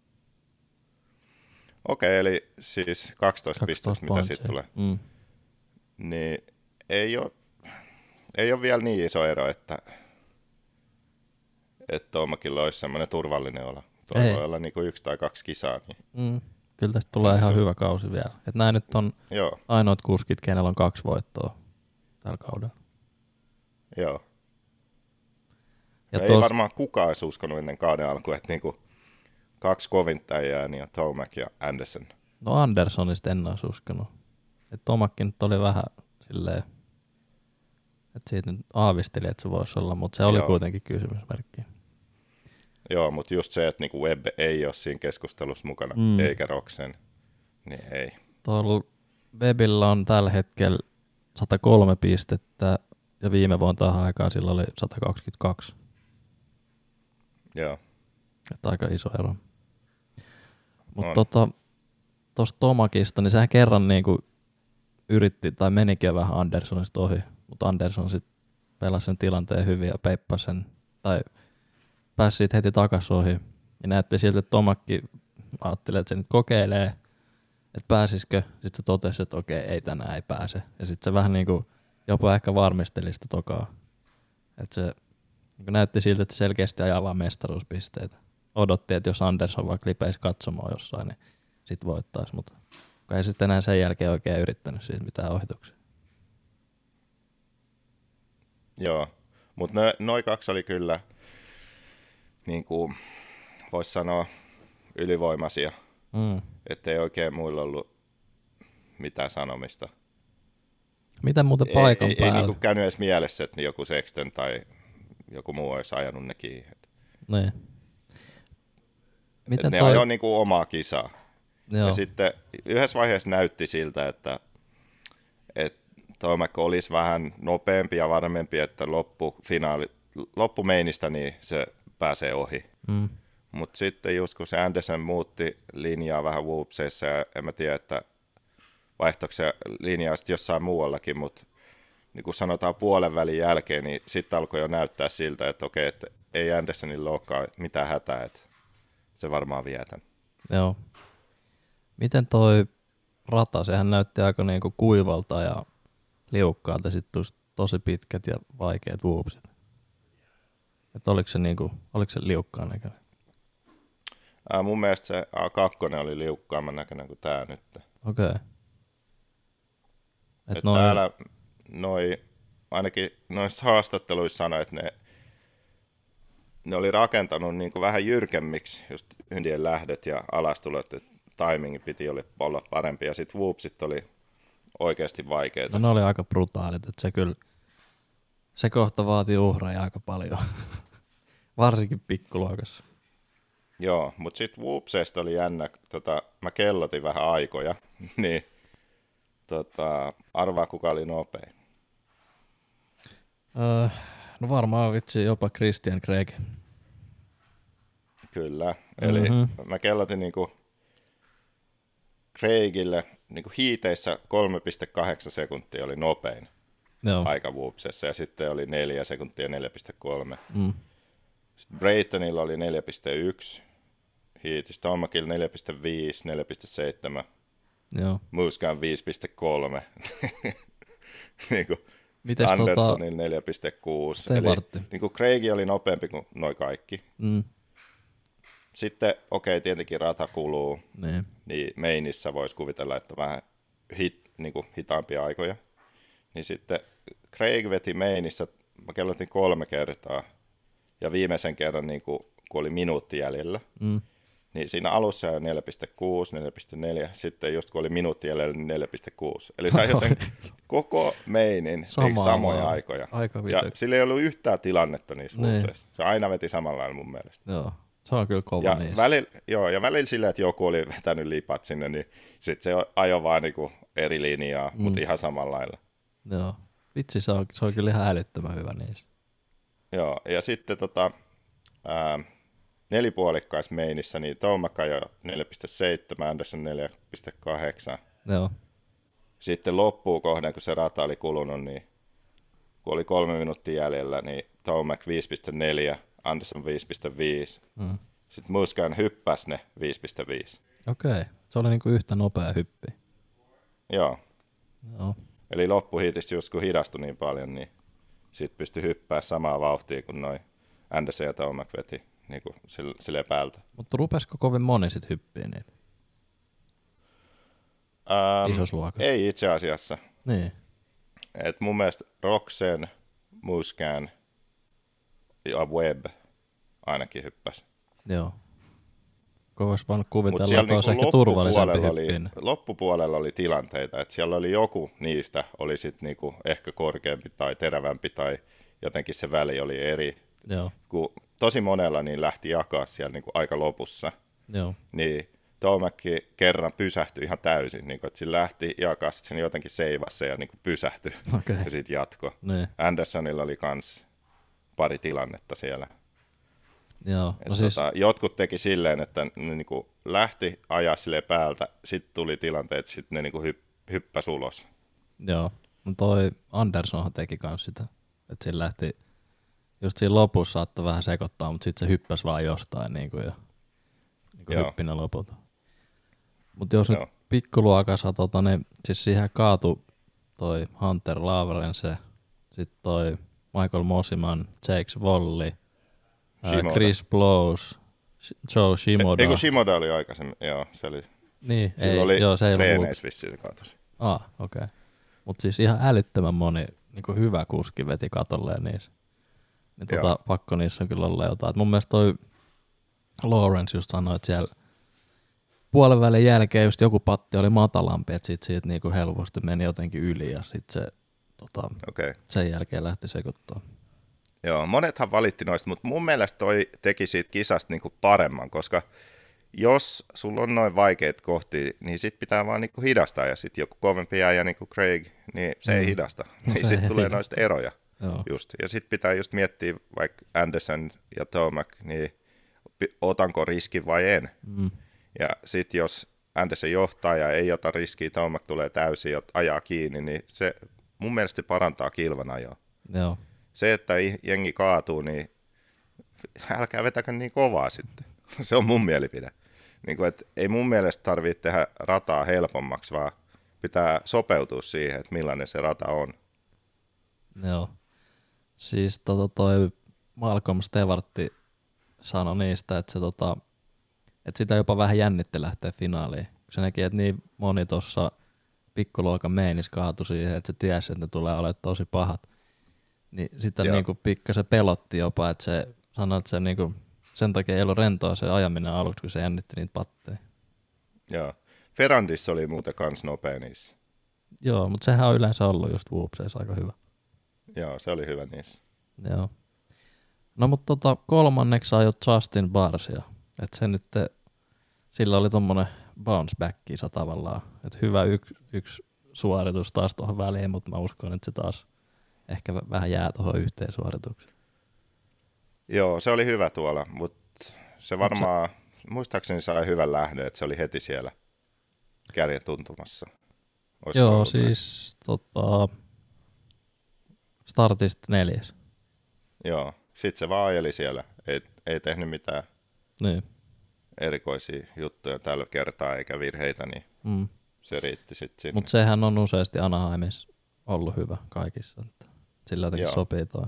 Okei, eli siis kaksitoista, kaksitoista pistettä, mitä sitten tulee. Mm. Niin ei ole, ei ole vielä niin iso ero, että, että Tomacilla olisi semmoinen turvallinen olo. Tuo voi olla niin kuin yksi tai kaksi kisaa. Niin. Mm. Kyllä tästä tulee no, ihan se... hyvä kausi vielä. Et näin nyt on Joo. ainoat kuskit, kenellä on kaksi voittoa tällä kaudella. Joo. Ja tos... Ei varmaan kukaan olisi uskonut ennen kauden alkuun, että niinku kaksi kovintajaa, niin on Tomac ja Anderson. No Andersonista en olisi uskonut. Et Tomackin nyt oli vähän silleen, että siitä nyt aavisteli, että se voisi olla, mutta se oli Joo. kuitenkin kysymysmerkki. Joo, mutta just se, että niinku Webb ei ole siinä keskustelussa mukana, mm. eikä Roxen, Niin ei. Tuolla Webillä on tällä hetkellä sata kolme pistettä ja viime vuonna tähän aikaan sillä oli sata kaksikymmentäkaksi. Joo. Että aika iso ero. Mutta On. tota, tuosta Tomakista, niin sehän kerran niinku yritti tai menikin vähän Andersonista ohi, mutta Anderson sitten pelasi sen tilanteen hyvin ja peippasi sen, tai pääsi siitä heti takaisin ohi. Ja näytti siltä, että Tomakki ajatteli, että se nyt kokeilee, että pääsisikö. Sitten se totesi, että okei, ei tänään ei pääse. Ja sitten se vähän niinku jopa ehkä varmisteli sitä tokaa. Että se niinku näytti siltä, että se selkeästi ajaa vaan mestaruuspisteitä. Odotti, että jos Anderson vaikka lipeisi katsomaan jossain, niin sit voittaisi, mutta ei sitten enää sen jälkeen oikein yrittänyt siitä mitään ohituksia. Joo, mutta noin kaksi oli kyllä, niin kuin voisi sanoa, ylivoimaisia, Mm. ettei oikein muilla ollut mitään sanomista. Miten muuten paikan ei, ei, päällä? ei niin käynyt edes mielessä, että joku Sexton tai joku muu olisi ajanut ne kiinni. Niin. Miten ne toi... ajoi niin kuin omaa kisaa. Joo. Ja sitten yhdessä vaiheessa näytti siltä, että, että Tomac olisi vähän nopeampi ja varmempi, että loppufinaali, loppumeinistä niin se pääsee ohi. Mm. Mutta sitten just kun se Anderson muutti linjaa vähän Whoopsissa, ja en mä tiedä, että vaihtoiko se linjaa sitten jossain muuallakin, mutta niin kun sanotaan puolen välin jälkeen, niin sitten alkoi jo näyttää siltä, että okei, että ei Andersonilla olekaan mitään hätää, että se varmaan vie tän. Joo. Miten toi rata, sehän näytti aika niinku kuivalta ja liukkaalta, sitten tuli tosi pitkät ja vaikeat whoopsit. Että oliko se, niinku, oliko se liukkaan näköinen? Ää, mun mielestä se A kaksi oli liukkaamman näköinen kuin tää nyt. Okei. Okay. Et noi... Täällä noi, ainakin noissa haastatteluissa sanoi, että ne, ne oli rakentanut niinku vähän jyrkemmiksi just yndien lähdet ja alastulot, että timingi piti olla parempi ja sitten whoopsit oli oikeasti vaikeita. No ne oli aika brutaalit, että se kyllä, se kohta vaatii uhreja aika paljon, varsinkin pikkuluokassa. Joo, mutta sitten whoopseista oli jännä, tota, mä kellotin vähän aikoja, niin tota, arvaa kuka oli nopein. Öö, no varmaan vitsi jopa Christian Craig. Kyllä, eli mm-hmm. mä kellotin niinku Craigille niinku hiiteissä kolme pilkku kahdeksan sekuntia oli nopein Joo. aika whoopsessa ja sitten oli neljä sekuntia neljä pilkku kolme. Mm. Sitten Braytonilla oli neljä pilkku yksi hiitissä, Tomacilla neljä pilkku viisi, neljä pilkku seitsemän, Muskan viisi pilkku kolme. niinku Mites Andersonilla tota... neljä pilkku kuusi. Eli niinku Craig oli nopeampi kuin noi kaikki. Mm. Sitten okei, okay, tietenkin rata kuluu, niin, niin meinissä voisi kuvitella, että vähän hit, niin kuin hitaampia aikoja. Niin sitten Craig veti meinissä, mä kellotin kolme kertaa, ja viimeisen kerran, niin kuin, kun oli minuutti jäljellä, mm. niin siinä alussa oli neljä pilkku kuusi, neljä pilkku neljä, sitten just kun oli minuutti jäljellä, niin neljä pilkku kuusi. Eli sai jo sen koko meinin Sama samoja maa. aikoja. Aika ja sillä ei ollut yhtään tilannetta niissä niin. whoopseissa. Se aina veti samalla lailla mun mielestä. Joo. Se on kyllä kova ja niissä. Välillä, joo, ja välillä silleen, että joku oli vetänyt lipat sinne, niin sitten se ajoi vaan niinku eri linjaa, mm. mutta ihan samalla lailla. Joo. Vitsi, se on, se on kyllä ihan älyttömän hyvä niissä. Joo, ja sitten tota, ää, nelipuolikkaissa meinissä, niin Tomac ajoi neljä pilkku seitsemän, Anderson neljä pilkku kahdeksan. Joo. Sitten loppuun kohden, kun se rata oli kulunut, niin kun oli kolme minuuttia jäljellä, niin Tomac viisi pilkku neljä, Anderson viisi pilkku viisi. Mm. Sitten Muskan hyppäsi ne viisi pilkku viisi. Okei, se oli niinku yhtä nopea hyppi. Joo. Joo. Eli loppuhiitistä just kun hidastui niin paljon, niin sitten pystyi hyppää samaa vauhtia kuin noi Anderson ja Tomac veti niin kuin silleen päältä. Mutta rupesiko kovin moni sitten hyppiä niitä? Ähm, Isossa luokassa? Ei itse asiassa. Niin. Et mun mielestä Roxen, Muskan ja Webb ainakin hyppäsi. Joo. Kun olisi voinut kuvitella, että niinku olisi ehkä turvallisempi oli, hyppiin. loppupuolella oli tilanteita, että siellä oli joku niistä, oli sitten niinku ehkä korkeampi tai terävämpi tai jotenkin se väli oli eri. Joo. Kun tosi monella niin lähti jakaa siellä niinku aika lopussa, Joo. niin Tomac kerran pysähtyi ihan täysin, niin kuin, että sillä lähti jakaa, sitten sen jotenkin seivasi ja niin kuin pysähtyi okay. ja sitten jatkoi. Niin. Andersonilla oli kans pari tilannetta siellä. Joo, no Et siis... tota, jotkut teki silleen, että ne niinku lähti ajaa silleen päältä, sitten tuli tilanteet, sitten ne niinku hypp, hyppäsi ulos. Joo, no toi Andersonhan teki kans sitä, että siinä lähti, just siinä lopussa saattoi vähän sekoittaa, mutta sitten se hyppäsi vaan jostain niinku ja niinku hyppinä lopulta. Mutta jos Joo. nyt pikkuluokassa, tota, niin siis siihen kaatui toi Hunter Lawrence, sitten toi Michael Mosiman, Jake Wally, Shimoda. Chris Blows, Joe Shimoda. Eikö Shimoda oli aikaisemmin? Joo, se oli. Niin, Sillä ei, oli joo, se ei treeneissä vissiin se katosi. Ah, okei. Okay. Mutta siis ihan älyttömän moni niin hyvä kuski veti katolleen niissä. Niin tota, pakko niissä on kyllä olla jotain. Et mun mielestä toi Lawrence just sanoi, että siellä puolen välin jälkeen just joku patti oli matalampi, että sit siitä niinku helposti meni jotenkin yli ja sit se tota, okay. sen jälkeen lähti sekoittaa. Joo, monethan valitti noista, mutta mun mielestä toi teki siitä kisasta niinku paremman, koska jos sulla on noin vaikeat kohtia, niin sit pitää vaan niinku hidastaa ja sit joku kovempi jää ja niinku Craig, niin se mm. ei hidasta. No niin sit tulee noista eroja. Just. Ja sit pitää just miettiä vaikka Anderson ja Tomac, niin otanko riski vai en. Mm. Ja sit jos Anderson johtaa ja ei ota riskiä, Tomac tulee täysin ja ajaa kiinni, niin se mun mielestä parantaa kilvan ajoa. Joo. Se, että jengi kaatuu, niin älkää vetäkö niin kovaa sitten. Se on mun mielipide. Niin kuin, että ei mun mielestä tarvitse tehdä rataa helpommaksi, vaan pitää sopeutua siihen, että millainen se rata on. Joo. Siis tota toi Malcolm Stewartti sanoi niistä, että, se tota, että sitä jopa vähän jännitti lähteä finaaliin. Se näki, että niin moni tuossa pikkuluokan meinissä kaatui siihen, että se tiesi, että ne tulee olemaan tosi pahat. Niin sitä niinku pikkasen pelotti jopa, että se sanoi, että se niinku, sen takia ei ollut rentoa se ajaminen aluksi, kun se jännitti niitä patteja. Joo. Ferrandis oli muuten kans nopea niissä. Joo, mutta sehän on yleensä ollut just Whoopseissa aika hyvä. Joo, se oli hyvä niissä. Joo. No mutta tota, kolmanneksi ajoi Justin Barsia. Että se nyt, sillä oli tommonen bounce backkiisa tavallaan. Että hyvä yksi yks suoritus taas tuohon väliin, mutta mä uskon, että se taas ehkä vähän jää tuohon yhteen suoritukseen. Joo, se oli hyvä tuolla, mutta se varmaan, Mut se... muistaakseni sai hyvän lähdön, että se oli heti siellä kärjen tuntumassa. Olisiko Joo, siis tota, startista neljäs. Joo, sitten se vaan ajeli siellä, ei, ei tehnyt mitään niin. erikoisia juttuja tällä kertaa eikä virheitä, niin mm. se riitti sitten sinne. Mutta sehän on useasti Anaheimissa ollut hyvä kaikissa, että sillä jotenkin Joo. sopii toi.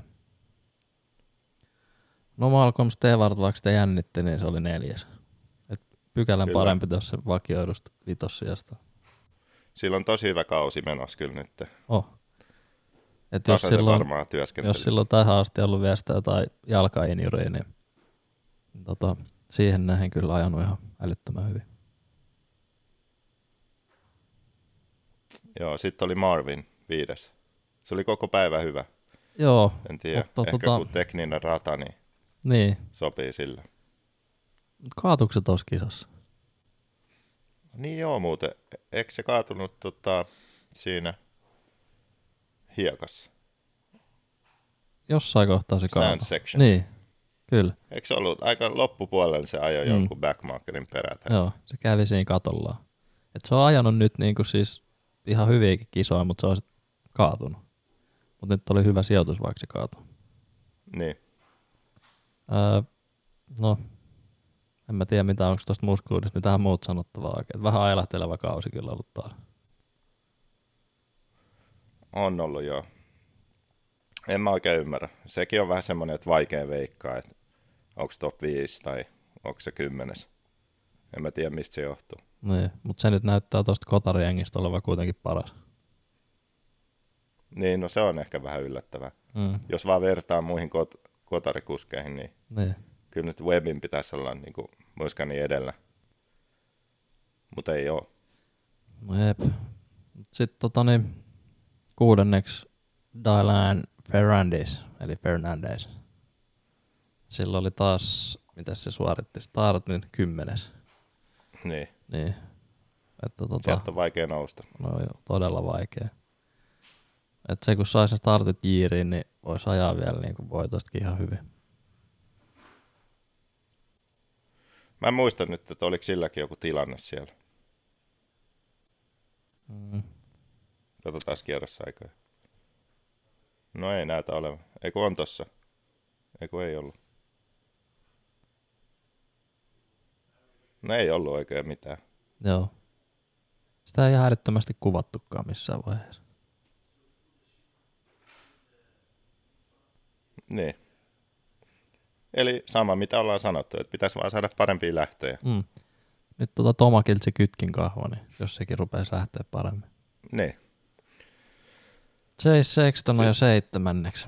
No Malcolm Stewart, vaikka sitä jännitti, niin se oli neljäs. Et pykälän kyllä. Parempi tuossa vakioidusta vitossijasta. Sillä on tosi hyvä kausi menossa kyllä nyt. Oh. Et jos silloin, jos silloin tähän asti ollut vielä sitä jotain jalkainjuria, niin tota, siihen nähen kyllä ajanut ihan älyttömän hyvin. Joo, sitten oli Marvin viides. Se oli koko päivä hyvä. Joo. En tiedä, mutta ehkä tota, kun tekninen rata, niin, niin sopii sillä. Kaatuiko se tuossa kisassa? Niin joo muuten. Eikö se kaatunut tota, siinä hiekassa? Jossain kohtaa se kaatui. Sand section. Niin, kyllä. Eikö se ollut aika loppupuolella se ajoi mm. jonkun backmarkerin perätä? Joo, se kävi siinä katollaan. Et se on ajanut nyt niinku siis ihan hyviäkin kisoja, mutta se on kaatunut. Mutta nyt oli hyvä sijoitus, vaikka se kaatui. Niin. Öö, no, en mä tiedä mitä, onko tuosta muskuudesta mitään muut sanottavaa oikein. Vähän ailahteleva kausi kyllä ollut taas. On ollut joo. En mä oikein ymmärrä. Sekin on vähän semmoinen, että vaikea veikkaa, että onko top viisi tai onko se kymmenes. En mä tiedä, mistä se johtuu. Niin, mutta se nyt näyttää tuosta Kotari-jengistä olevan kuitenkin paras. Niin, no se on ehkä vähän yllättävää. Mm. Jos vaan vertaa muihin kot- kotarikuskeihin, niin, niin kyllä nyt Webin pitäisi olla niin kuin Moiskani edellä. Mutta ei oo. No jep. Sitten tota niin, kuudenneksi Dylan Ferrandis, eli Fernandez. Sillä oli taas, mitä se suoritti, startin kymmenes. Niin. Niin. Että tota, sieltä on vaikea nousta. No joo, todella vaikea. Että se kun saisi startit jiiriin, niin voisi ajaa vielä niin kuin voitostakin ihan hyvin. Mä en muista nyt, että oliko silläkin joku tilanne siellä. Mm. Katsotaan kierrossa aikaa. No ei näytä olevan. Ei kun on tossa. Ei kun ei ollut. No ei ollut oikein mitään. Joo. Sitä ei ihan älyttömästi kuvattukaan missään vaiheessa. Niin. Eli sama mitä ollaan sanottu, että pitäisi vaan saada parempia lähtöjä. Mm. Nyt tuota Tomakilta se kytkin kahva, niin jos sekin rupeaisi lähteä paremmin. Niin. Chase Sexton on jo seitsemänneksi.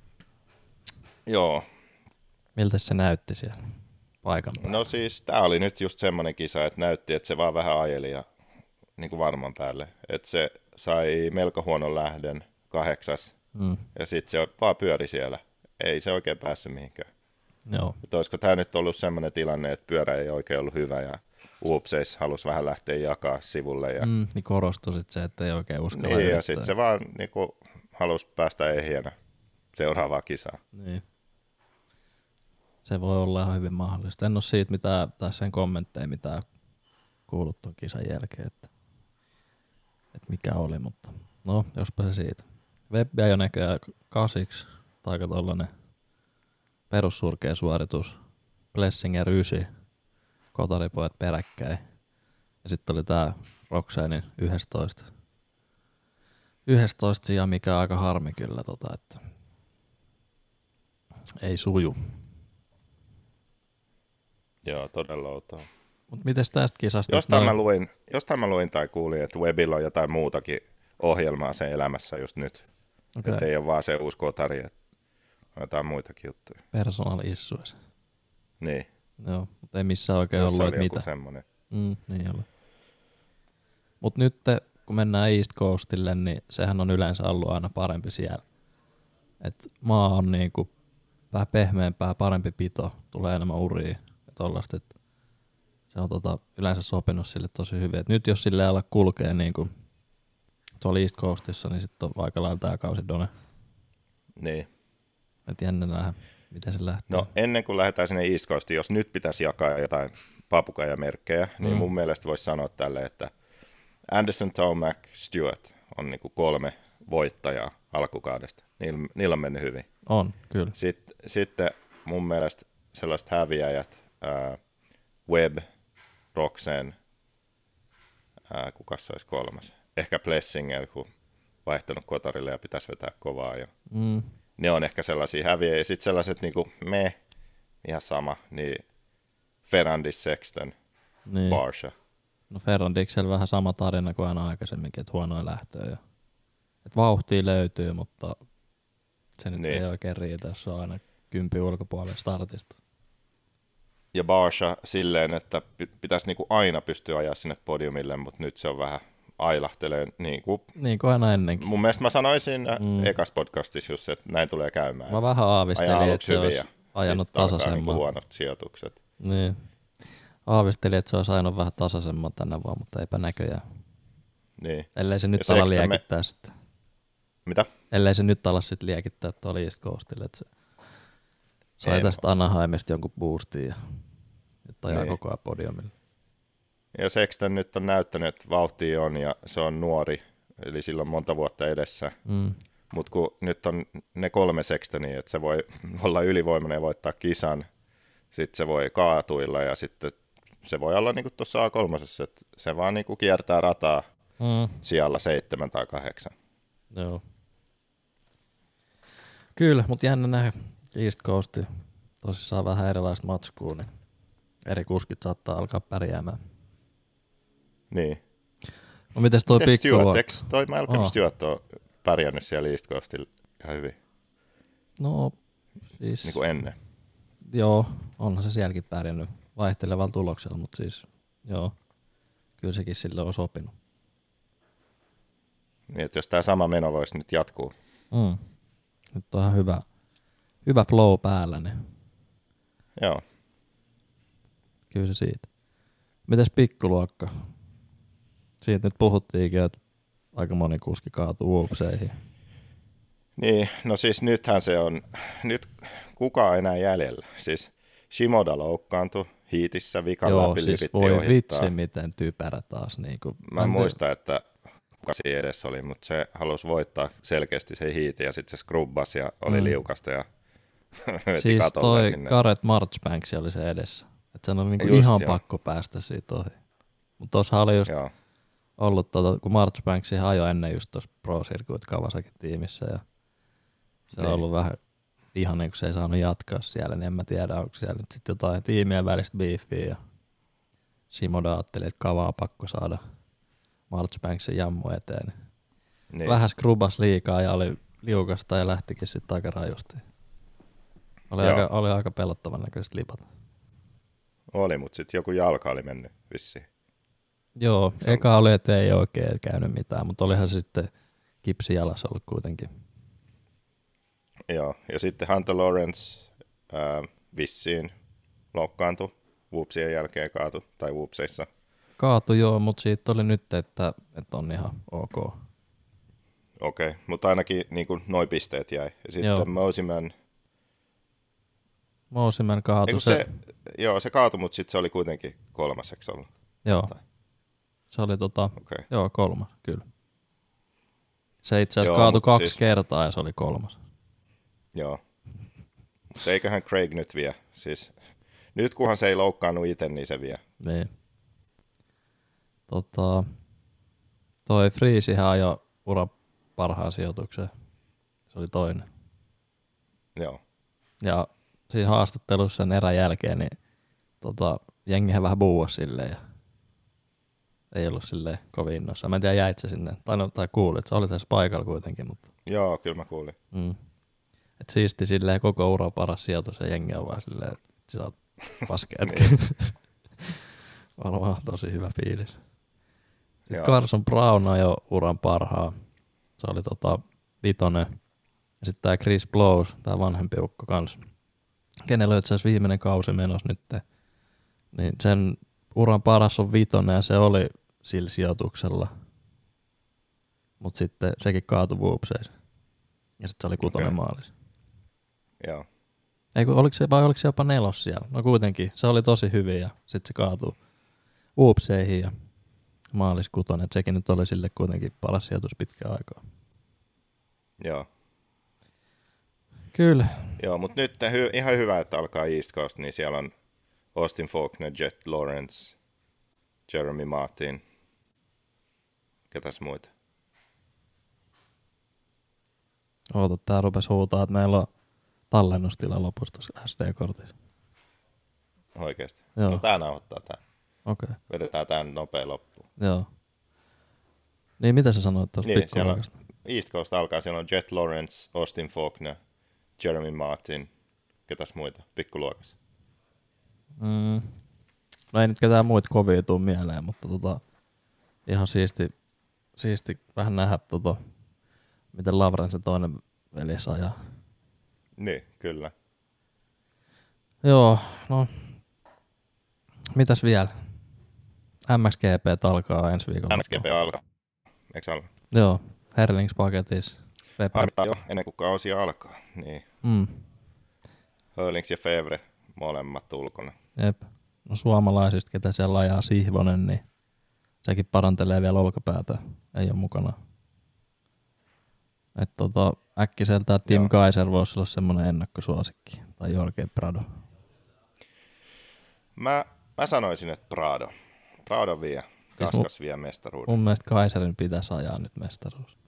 Joo. Miltä se näytti siellä paikan päällä? No siis tää oli nyt just semmonen kisa, että näytti, että se vaan vähän ajeli ja niin kuin varman päälle. Että se sai melko huonon lähden, kahdeksas, Mm. ja sitten se vaan pyöri siellä. Ei se oikein päässyt mihinkään. Joo. Että olisiko tämä nyt ollut semmoinen tilanne, että pyörä ei oikein ollut hyvä ja Upseis halusi vähän lähteä jakaa sivulle. Ja, Mm, niin korostui sit se, että ei oikein uskalla niin, ja yrittää. sitten se vaan niin kuin, halusi päästä ehjänä seuraavaan kisaan. Niin. Se voi olla ihan hyvin mahdollista. En ole siitä mitään, tai sen kommentteja mitään kuullut tuon kisan jälkeen, että, että mikä oli, mutta no, jospa se siitä. Webbi jo näköjään kasiksi, tai aika tollanen perussurkea suoritus. Blessinger ysi, kotaripojat peräkkäin. Ja sitten oli tää Roxanin yksitoista. yksitoista sijaan, mikä on aika harmi kyllä, tota, että ei suju. Joo, todella outoa. Mut mites tästä kisasta? Jostain noin- mä, luin, jostain mä luin tai kuulin, että Webillä on jotain muutakin ohjelmaa sen elämässä just nyt. Okei. Että ei ole vaan se uusi kotari, että on jotain muitakin juttuja. Personal issues. Niin, Joo, mutta ei missään oikein jossa ollut, oli että joku mitä. semmoinen. Mm, niin oli. Mut nyt kun mennään East Coastille, niin sehän on yleensä ollut aina parempi siellä. Et maa on niinku vähän pehmeämpää, parempi pito, tulee enemmän uria ja tollaista. Et se on tota yleensä sopinut sille tosi hyvin. Et nyt jos sille ala kulkee niinku tuolla East Coastissa, niin sitten on aika lailla tää kausi done. Niin. Et jännä nähdä, miten se lähtee. No ennen kuin lähdetään sinne East Coastiin, jos nyt pitäisi jakaa jotain papukajamerkkejä, niin Mm. mun mielestä voisi sanoa tälle, että Anderson, Tomac, Stewart on niinku kolme voittajaa alkukaudesta. Niillä, niillä on mennyt hyvin. On, kyllä. Sitten, sitten mun mielestä sellaiset häviäjät, ää, Webb, Roxen, ää, kukas se olisi kolmas? Ehkä Blessinger, kun vaihtanut kotarille ja pitäisi vetää kovaa. Ja Mm. ne on ehkä sellaisia häviäjiä. Ja sitten sellaiset niinku me, ihan sama, niin Ferrandis, Sexton, Niin. Barsha. No Ferrandiksella vähän sama tarina kuin aina aikaisemminkin, että huonoja lähtöjä. Ja, et vauhtia löytyy, mutta se nyt Niin. ei oikein riitä, jos se on aina kympi ulkopuolella startista. Ja Barsha silleen, että pi- pitäisi niinku aina pystyä ajaa sinne podiumille, mutta nyt se on vähän ailahtelee. Niin kuin, Niin kuin aina ennenkin. mun mielestä mä sanoisin Mm. mm. ekas podcastissa just, että näin tulee käymään. Mä vähän Ajaa aavistelin, että aluksi se hyvin olisi ja ajanut sitten alkaa niinku tasaisemman. huonot sijoitukset. Niin. Aavistelin, että se olisi ajanut vähän tasaisemman tänä vuonna, mutta eipä näköjään. Niin. Ellei se nyt Ja ala Sexton me- liekittää sitten. Mitä? Ellei se nyt ala sitten liekittää tuolla East Coastille, että se sai Ei, tästä Anaheimista jonkun boostin ja että ajaa Niin. koko ajan podiumille. Ja Sexton nyt on näyttänyt, että vauhtia on ja se on nuori, eli sillä on monta vuotta edessä. Mm. Mutta kun nyt on ne kolme Sextonia, että se voi olla ylivoimainen ja voittaa kisan, sitten se voi kaatuilla ja sitten se voi olla niin kuin tuossa A kolme, että se vaan niin kuin kiertää rataa Mm. sijalla seitsemän tai kahdeksan. Joo. Kyllä, mutta jännä nähdä East Coast. Tosissaan vähän erilaista matskua, niin eri kuskit saattaa alkaa pärjäämään. Niin. No mites toi Miten Stuart, pikkuluokka? eikö toi Malcolm Aa. Stewart on pärjännyt siellä East Coastilla ihan hyvin, No siis, niin kuin ennen? joo, onhan se sielläkin pärjännyt vaihtelevalla tuloksella, mutta siis joo, kyllä sekin sille on sopinut. Niin, että jos tämä sama meno voisi nyt jatkuu. Mm. Nyt on ihan hyvä, hyvä flow päällä, niin Joo. kyllä se siitä. Mites pikkuluokka? Siitä nyt puhuttiinkin, että aika moni kuski kaatui Whoopseihin. Niin, no siis nythän se on, nyt kukaan enää jäljellä. Siis Shimoda loukkaantui Heatissä vikan Joo, läpi, siis yritti voi ohittaa. vitsi, miten typerä taas. Niin kuin, Mä en muista, että kuka siinä edessä oli, mutta se halusi voittaa selkeästi se Heatin ja sitten se skrubbasi ja oli mm. liukasta ja veti siis katolle toi sinne. Gareth Marchbanks oli se edessä. Että sen oli niinku Just, ihan joo. pakko päästä siitä ohi. Mutta tuossa oli just Joo. ollut, tota, kun Marchbanks ajoi ennen just tuossa Pro Circuit Kawasakin tiimissä ja se on Niin. ollut vähän vihainen, kun se ei saanut jatkaa siellä, niin en mä tiedä, onko siellä nyt sitten jotain tiimien välistä beefiä ja Shimoda ajatteli, että Kawa on pakko saada Marchbanksin jammu eteen. Niin. Vähän skrubas liikaa ja oli liukasta ja lähtikin sitten aika rajusti. Oli Joo. aika, oli aika pelottavan näköistä lipata. Oli, mutta sitten joku jalka oli mennyt vissiin. Joo, Se eka oli, että ei oikein käynyt mitään, mutta olihan se sitten kipsi jalassa ollut kuitenkin. Joo, ja sitten Hunter Lawrence ää, vissiin loukkaantui, Whoopsien jälkeen kaatu, tai Whoopseissa. Kaatu joo, mutta siitä oli nyt, että, että on ihan ok. Okei, okay, mutta ainakin niin kuin noi pisteet jäi. Ja sitten Joo. Mosiman, Mosiman kaatu se, se, joo, se kaatui, mutta sitten se oli kuitenkin kolmaseksi ollut. joo. Tai- Se oli tota, Okay. joo kolmas, kyllä. Se itse asiassa Joo, kaatui mut kaksi siis- kertaa ja se oli kolmas. Joo. Mutta eiköhän Craig nyt vie. Siis, nyt kunhan se ei loukkaannut itse, niin se vie. Niin. Tota, toi Freezehän ajoi uran parhaan sijoitukseen. Se oli toinen. Joo. Ja siinä haastattelussa sen erän jälkeen, niin tota, jengihän vähän buuasi silleen ja ei ollut silleen kovin innoissaan. Mä en tiedä, jäit sä sinne, tai, no, tai kuulit, sä olit tässä paikalla kuitenkin, mutta Joo, kyllä mä kuulin. mm. Et siisti silleen koko ura paras sijoitus ja jengi on vaan silleen, että sä oot paskeetkin. Varmaan tosi hyvä fiilis. Sitten Joo. Carson Brown ajoi uran parhaan. Se oli tota vitonen. Ja sitten tää Chris Blows, tää vanhempi ukko kans. Kenellä on itse asiassa viimeinen kausi menossa nyt. Niin sen uran paras on vitonen ja se oli sillä sijoituksella. Mut sitten sekin kaatui Whoopseissa. Ja sitten se oli kutonen Okei. maalis. Joo. Ei, kun oliko se, vai oliko se jopa nelos siellä? No kuitenkin, se oli tosi hyvin ja sitten se kaatui Whoopseihin ja maalis kutonen. Et sekin nyt oli sille kuitenkin paras sijoitus pitkään aikaa. Joo. Kyllä. Joo, mutta nyt hy- ihan hyvä, että alkaa East Coast, niin siellä on Austin Faulkner, Jet Lawrence, Jeremy Martin. Ketäs muita? Oota, tää rupes huutaa, että meillä on tallennustila lopussa tuossa S D-kortissa. Oikeesti. Joo. No tää nauhoittaa tää. Okei, okay. Vedetään tää nopea loppuun. joo. Niin mitä sä sanoit tuosta Niin, siellä on, pikkuluokasta? East Coast alkaa, siellä on Jet Lawrence, Austin Faulkner, Jeremy Martin. Ketäs muita? Pikkuluokassa. Mm. No ei nyt ketään muita kovia tuu mieleen, mutta tota, ihan siisti, siisti vähän nähdä tota, miten Lavren se toinen veli ajaa. Niin, kyllä. Joo, no mitäs vielä? M X G P alkaa ensi viikolla. M X G P alkaa. Eikö alkaa? Joo, Herlingspaketissa. Harmittaa jo ennen kuin kausi alkaa. Niin. Mm, Hurlings ja Fevre molemmat ulkona. jep. No suomalaisista, ketä siellä ajaa Sihvonen, niin sekin parantelee vielä olkapäätä. Ei ole mukana. Et tota, äkkiseltään Tim Joo. Kaiser voisi olla semmoinen ennakkosuosikki. Tai Jorge Prado. Mä, mä sanoisin, että Prado. Prado vie. Siis Kaskas vie mestaruuden. Mun mielestä Kaiserin pitäisi ajaa nyt mestaruus.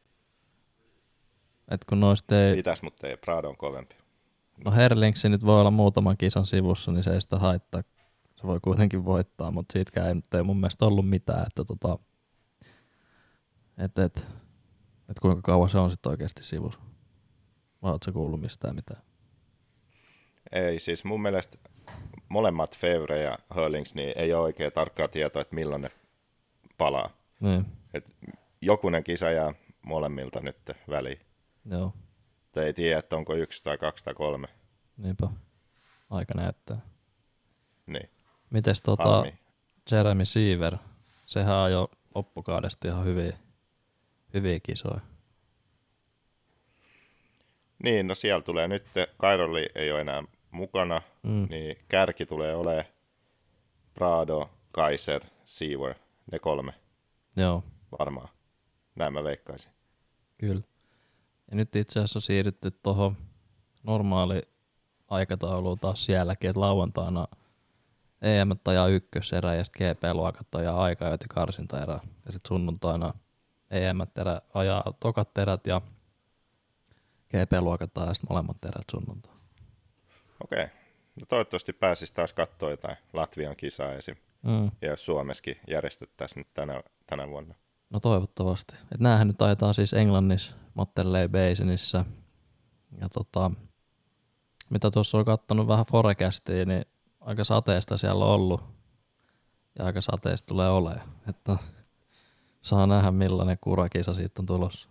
Et kun noista ei... Pitäis, mutta ei. Prado on kovempi. No Herlingsi nyt voi olla muutaman kisan sivussa, niin se ei sitä haittaa. Se voi kuitenkin voittaa, mutta siitäkään ei nyt ei mun mielestä ollut mitään, että tota... Et, et, et kuinka kauan se on sitten oikeasti sivussa. Vai ootko sä kuullut mistään mitään? Ei, siis mun mielestä molemmat Fevre ja Hurlings niin ei ole oikein tarkkaa tietoa, että milloin ne palaa. Niin, Et jokunen kisa jää molemmilta nyt väliin. joo, Tai ei tiedä, että onko yksi tai kaksi tai kolme. niinpä. Aika näyttää. Niin. Mites tota... Harmi. Jeremy Seaver, sehän on jo loppukaudesta ihan hyviä, hyviä kisoja. Niin, no siellä tulee nyt, Kairoli ei ole enää mukana, mm. niin kärki tulee olemaan Prado, Kaiser, Seaver, ne kolme. Joo. Varmaan. Näin mä veikkaisin. Kyllä. Ja nyt itse asiassa on siirrytty tuohon normaali aikatauluun taas sielläkin, että lauantaina E M ajaa ykköserä ja sitten G P-luokat ajaa aikajoit ja karsintaerä. Ja sitten sunnuntaina E M-terä ajaa tokat erät ja G P-luokat ajaa sitten molemmat erät sunnuntaina. Okei. Okay. No toivottavasti pääsisi taas katsoa jotain Latvian kisaa esim. Mm. Ja jos Suomessakin järjestettäisiin nyt tänä, tänä vuonna. No toivottavasti. Et näähän nyt ajetaan siis Englannissa, Matterley Basinissa. Ja tota, mitä tuossa on kattonut vähän forecastia, niin aika sateesta siellä on ollut. Ja aika sateesta tulee olemaan. Että saa nähdä millainen kurakisa siitä on tulossa.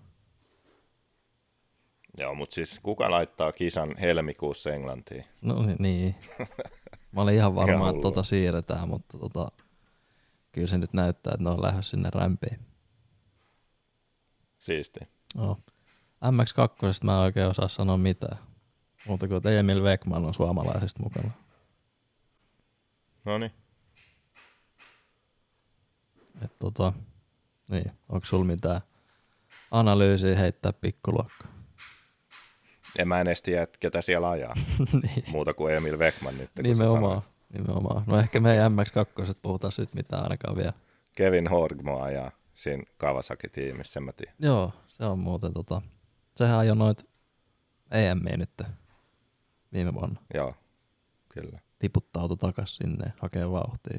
Joo, mutta siis kuka laittaa kisan helmikuussa Englantiin? No niin. Mä olin ihan varma, että tota siirretään, mutta tota, kyllä se nyt näyttää, että ne on lähdössä sinne rämpiin. Siisti. No. M X kaksi mä en oikein osaa sanoa mitään. Mutta kun Emil Wegman on suomalaisista mukana. Noniin. Että tota, niin, onko sulla mitään analyysiä heittää pikkuluokkaa? En mä en edes tiedä, ketä siellä ajaa. Niin. Muuta kuin Emil Wegman nyt. Nimenomaan, nimenomaan. No ehkä meidän M X kaksi puhutaan nyt mitään ainakaan vielä. Kevin Horgmo ajaa siinä Kawasaki-tiimissä, mä tiedän. Joo, se on muuten tota, sehän ajoi noit E M:iä nyt viime vuonna. Joo, kyllä. Tiputtautui takas sinne, hakee vauhtia.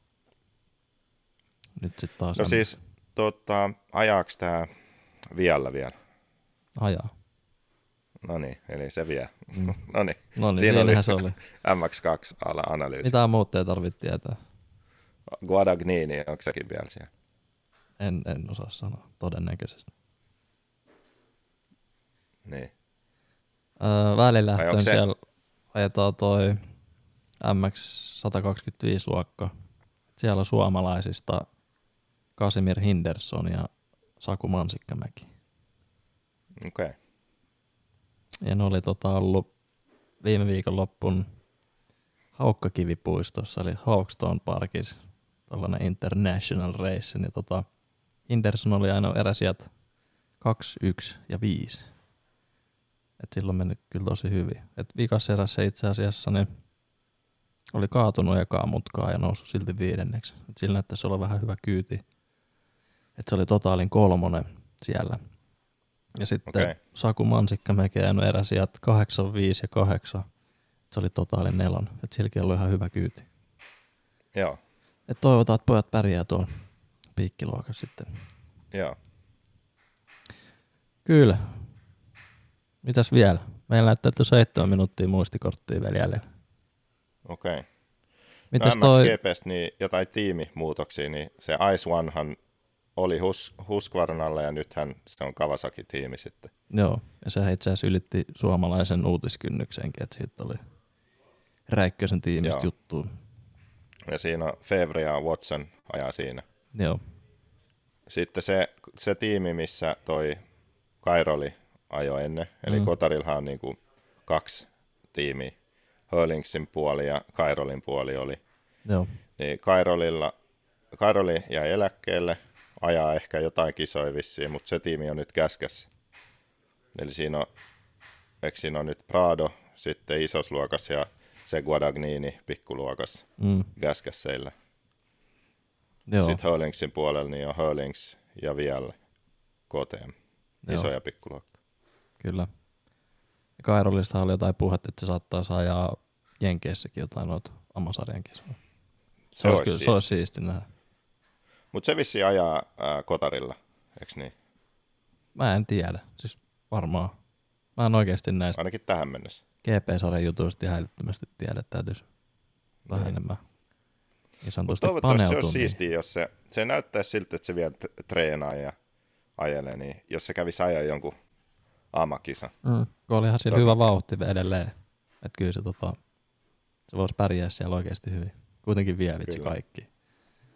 Nyt sit taas... No siis, tota, ajaako tää Vialla vielä? Ajaa. No niin, eli se vie. Mm. no niin, no niin siinä oli se oli. M X kaksi-analyysi. Mitä muuta ei tarvitse tietää? Guadagnini, onko sekin vielä siellä? En, en osaa sanoa, todennäköisesti. Niin. Öö, välilähtöön se... siellä ajetaan toi M X sata kaksikymmentäviisi luokka. Siellä on suomalaisista Casimir Henderson ja Saku Mansikkamäki. Okei. Okay. Ja ne oli tota ollut viime viikon loppun Haukkakivipuistossa, eli Hawkstone Parkissa, tällainen international race. Ja tota, Henderson oli aina eräsijät kaksi, yksi ja viisi. Et silloin mennyt kyllä tosi hyvin. Et viikassa erässä itse asiassa niin oli kaatunut ekaa mutkaa ja noussut silti viidenneksi. Et sillä näyttäisi olla vähän hyvä kyyti. Et se oli totaalin kolmonen siellä. Ja sitten okay. Saku Mansikkamäki jäänyt eräsijät kahdeksan, viisi ja kahdeksan. Se oli totaalin nelon. Et silläkin oli ihan hyvä kyyti. Joo. Et toivotaan, että pojat pärjää tuolla piikkiluokassa sitten. Joo. Kyllä. Mitäs vielä? Meillä näyttää, että seitsemän minuuttia muistikorttia vielä jäljellä. Okei. Okay. Mitäs no toi... M X G P:stä niin jotain tiimimuutoksia, niin se Ice Onehan oli Hus- Husqvarnalla ja nythän se on Kawasaki-tiimi sitten. Joo, ja se itse asiassa ylitti suomalaisen uutiskynnyksenkin, että siitä oli Räikkösen tiimistä Joo. juttua. Ja siinä on Fevre ja Watson ajaa siinä. Joo. Sitten se, se tiimi, missä toi Kairoli ajoi ennen, eli mm. Kotarilhan on niinku kaksi tiimiä. Hurlingsin puoli ja Kairolin puoli oli. Joo. Niin Kairolilla, Kairoli jäi eläkkeelle, ajaa ehkä jotain kisoja vissiin, mutta se tiimi on nyt käskässä. Eli siinä on, eikö siinä on nyt Prado sitten isosluokas ja se Guadagnini pikkuluokas mm. käskässeillä. Joo. Sitten Hurlingsin puolella niin on Hurlings ja Vialle K T M, iso ja pikkuluokka. Kyllä. Kairolista oli jotain puhetta, että se saattaa ajaa Jenkeissäkin jotain noita Amasarjan kisoja. Se, se olisi kyllä, se olisi siisti nähdä. Mutta se vissiin ajaa ää, Kotarilla, eikö niin? Mä en tiedä, siis varmaan. Mä en oikeasti näistä. Ainakin tähän mennessä. G P-sarjan jutuista ihan älyttömästi tiedä, täytyisi niin. vähän enemmän niin sanotusti paneutua. Toivottavasti se olisi siistiä, jos se, se näyttäisi siltä, että se vielä treenaa ja ajelee, niin jos se kävisi ajaa jonkun amakisa. Mm. Olihan sillä hyvä vauhti edelleen, että kyllä se, tota, se voisi pärjää siellä oikeasti hyvin. Kuitenkin vie vitsi kaikki.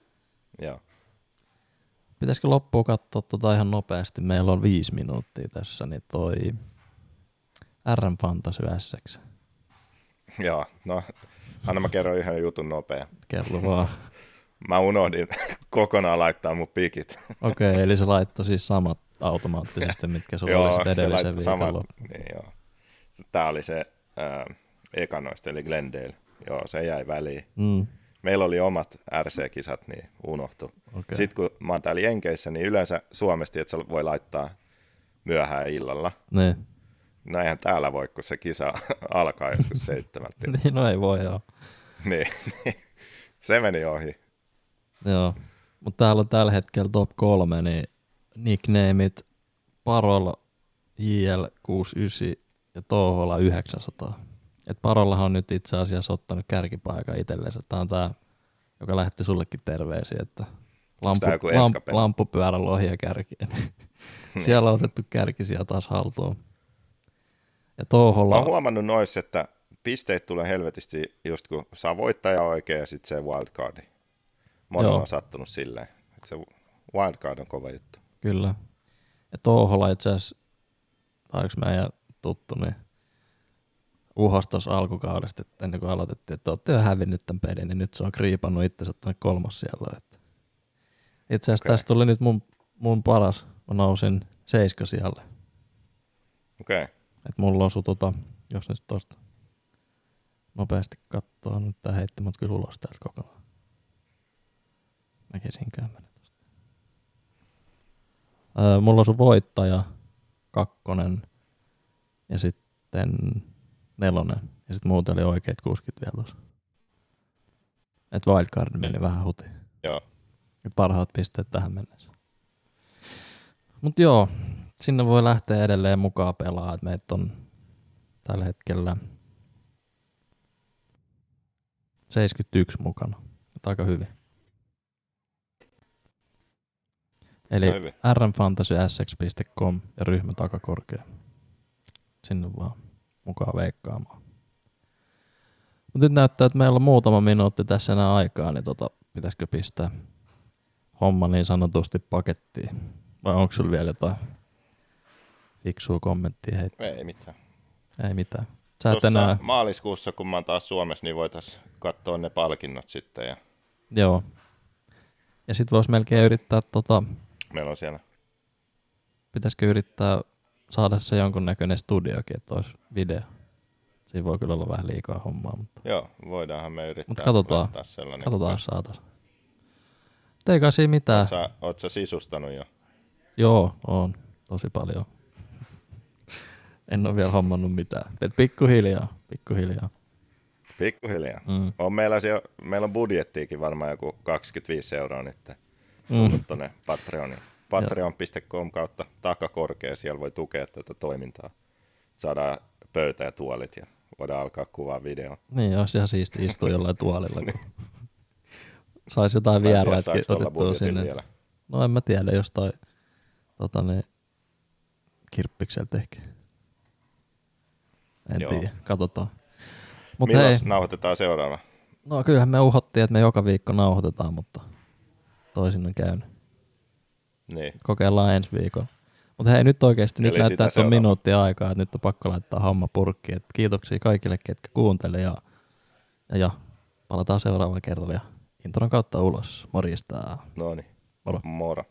Joo. Pitäisikö loppuun katsoa tota ihan nopeasti? Meillä on viisi minuuttia tässä, niin toi R M Fantasy S X. Joo, no anna mä kerron yhden jutun nopea. Kerro vaan. Mä unohdin kokonaan laittaa mun pikit. Okei, okay, eli se laittoi siis samat automaattisesti, mitkä sulla oli sitten edellisen viikolla. Niin, joo. Tää oli se äh, eka noista, eli Glendale. Joo, se jäi väliin. Mm. Meillä oli omat R C-kisat, niin unohtui. Okay. Sitten kun mä oon täällä Jenkeissä, niin yleensä Suomesti, että se voi laittaa myöhään illalla. Niin. No eihän täällä voi, kun se kisa alkaa joskus seitsemältä. Niin, no ei voi, joo. niin, se meni ohi. Joo, mutta täällä on tällä hetkellä top kolme, niin nicknameit Parol J L kuusikymmentäyhdeksän ja Touhola yhdeksänsataa. Et Parollahan on nyt itse asiassa ottanut kärkipaikan itsellensä. Tämä on tämä, joka lähetti sullekin terveisiä, että lampu, lamp, lamppupyörän lohia kärkiä. Siellä on otettu kärkisiä taas haltuun. Ja Touhola... Mä oon huomannut noissa, että pisteet tulee helvetisti just kun saa voittaja oikein ja sitten se wildcardi. Monella on sattunut silleen, että se wildcard on kova juttu. Kyllä. Ja Touhola itse asiassa, tai yksi meidän tuttu, niin uhos tuossa alkukaudesta, että ennen kuin aloitettiin, että olette jo hävinnyt tämän pelin, niin nyt se on kriipannut itsensä tuonne kolmas siellä. Että itse asiassa okay. Tästä tuli nyt mun, mun paras, mä nousin seiska siellä. Okei. Okay. Että mulla osui tota, jos nyt tosta nopeasti kattoo, nyt tää heitti mut kyllä ulos täältä kokonaan. Näkisinkään mennä tosta. Öö, mulla osui voittaja, kakkonen ja sitten nelonen. Ja sitten muuten oli oikeet kuusikymmentä vielä tuossa. Et wildcard meni vähän hutiin. Joo. Ja parhaat pisteet tähän mennessä. Mut joo, sinne voi lähteä edelleen mukaan pelaamaan. Meitä on tällä hetkellä seitsemänkymmentäyksi mukana. Et aika hyvin. Eli r m fantasy s x piste com ja ryhmä Takakorkea. Sinne vaan mukaan veikkaamaan. Mut nyt näyttää, että meillä on muutama minuutti tässä enää aikaa, niin tota, pitäisikö pistää homma niin sanotusti pakettiin? Vai onko sulla vielä jotain fiksua kommenttia heittää? Ei mitään. Ei mitään. Sä Tuossa enää... maaliskuussa, kun mä oon taas Suomessa, niin voitaisiin katsoa ne palkinnot sitten. Ja... Joo. Ja sit vois melkein yrittää tota... Meillä on siellä. Pitäisikö yrittää saada se jonkunnäköinen studiokin, että olisi video. Siinä voi kyllä olla vähän liikaa hommaa. Mutta... Joo, voidaanhan me yrittää. Mutta katsotaan, katsotaan jos saataisiin. Ei kai siinä mitään. Oot sä, oot sä sisustanut jo? Joo, on. Tosi paljon. En ole vielä hommannut mitään. Et pikkuhiljaa, pikkuhiljaa. Pikkuhiljaa. Mm. On meillä, siellä, meillä on budjettiikin varmaan joku kaksikymmentäviisi euroa nyt. Mm. Tullut tuonne Patreoniin. patreon piste com kautta Takakorkea, siellä voi tukea tätä toimintaa. Saadaan pöytä ja tuolit ja voidaan alkaa kuvaa videoa. Niin, olisi ihan siisti istua jollain tuolilla, kun saisi jotain vieraatkin otettua sinne. Vielä. No en mä tiedä, jostain tota, niin, kirppikseltä ehkä. En Joo. tiedä, katsotaan. Mut Milloin hei, nauhoitetaan seuraava? No kyllähän me uhottiin, että me joka viikko nauhoitetaan, mutta toisin on käynyt. Niin. Kokeillaan ensi viikolla. Mutta hei, nyt oikeasti nyt näyttää, että on minuuttia aikaa, että nyt on pakko laittaa homma purkkiin. Et kiitoksia kaikille, ketkä kuunteli ja, ja, ja palataan seuraavalla kerralla ja intron kautta ulos. Morjesta. No niin. Moro. Moro.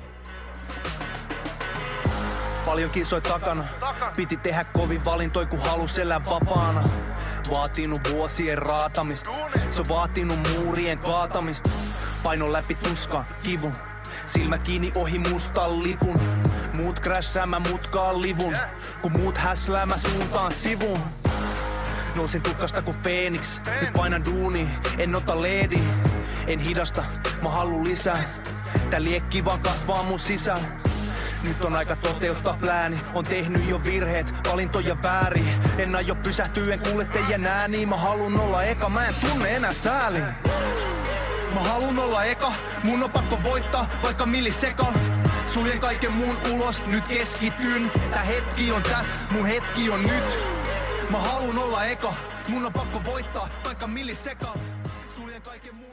Paljon kisoi takana, piti tehdä kovin valintoi kun halus elää vapaana. Vaatinut vuosien raatamista, se on vaatinut muurien kaatamista. Paino läpi tuskan, kivun, silmä kiinni ohi mustan lipun. Muut crashaa, mä mutkaan livun, kun muut häslää, mä suuntaan sivun. Nousin tukkasta kuin Phoenix, nyt painan duuni, en ota leedi. En hidasta, mä haluun lisää, tää liekki vaan kasvaa mun sisällä. Nyt on aika toteuttaa plääni, on tehnyt jo virheet, valintoja väärin. En aio pysähtyä, en kuule teidän ääni. Mä halun olla eka, mä en tunne enää sääli. Mä halun olla eka, mun on pakko voittaa, vaikka millisekan. Suljen kaiken muun ulos, nyt keskityn. Tää hetki on tässä, mun hetki on nyt. Mä halun olla eka, mun on pakko voittaa, vaikka millisekan. Suljen kaiken muun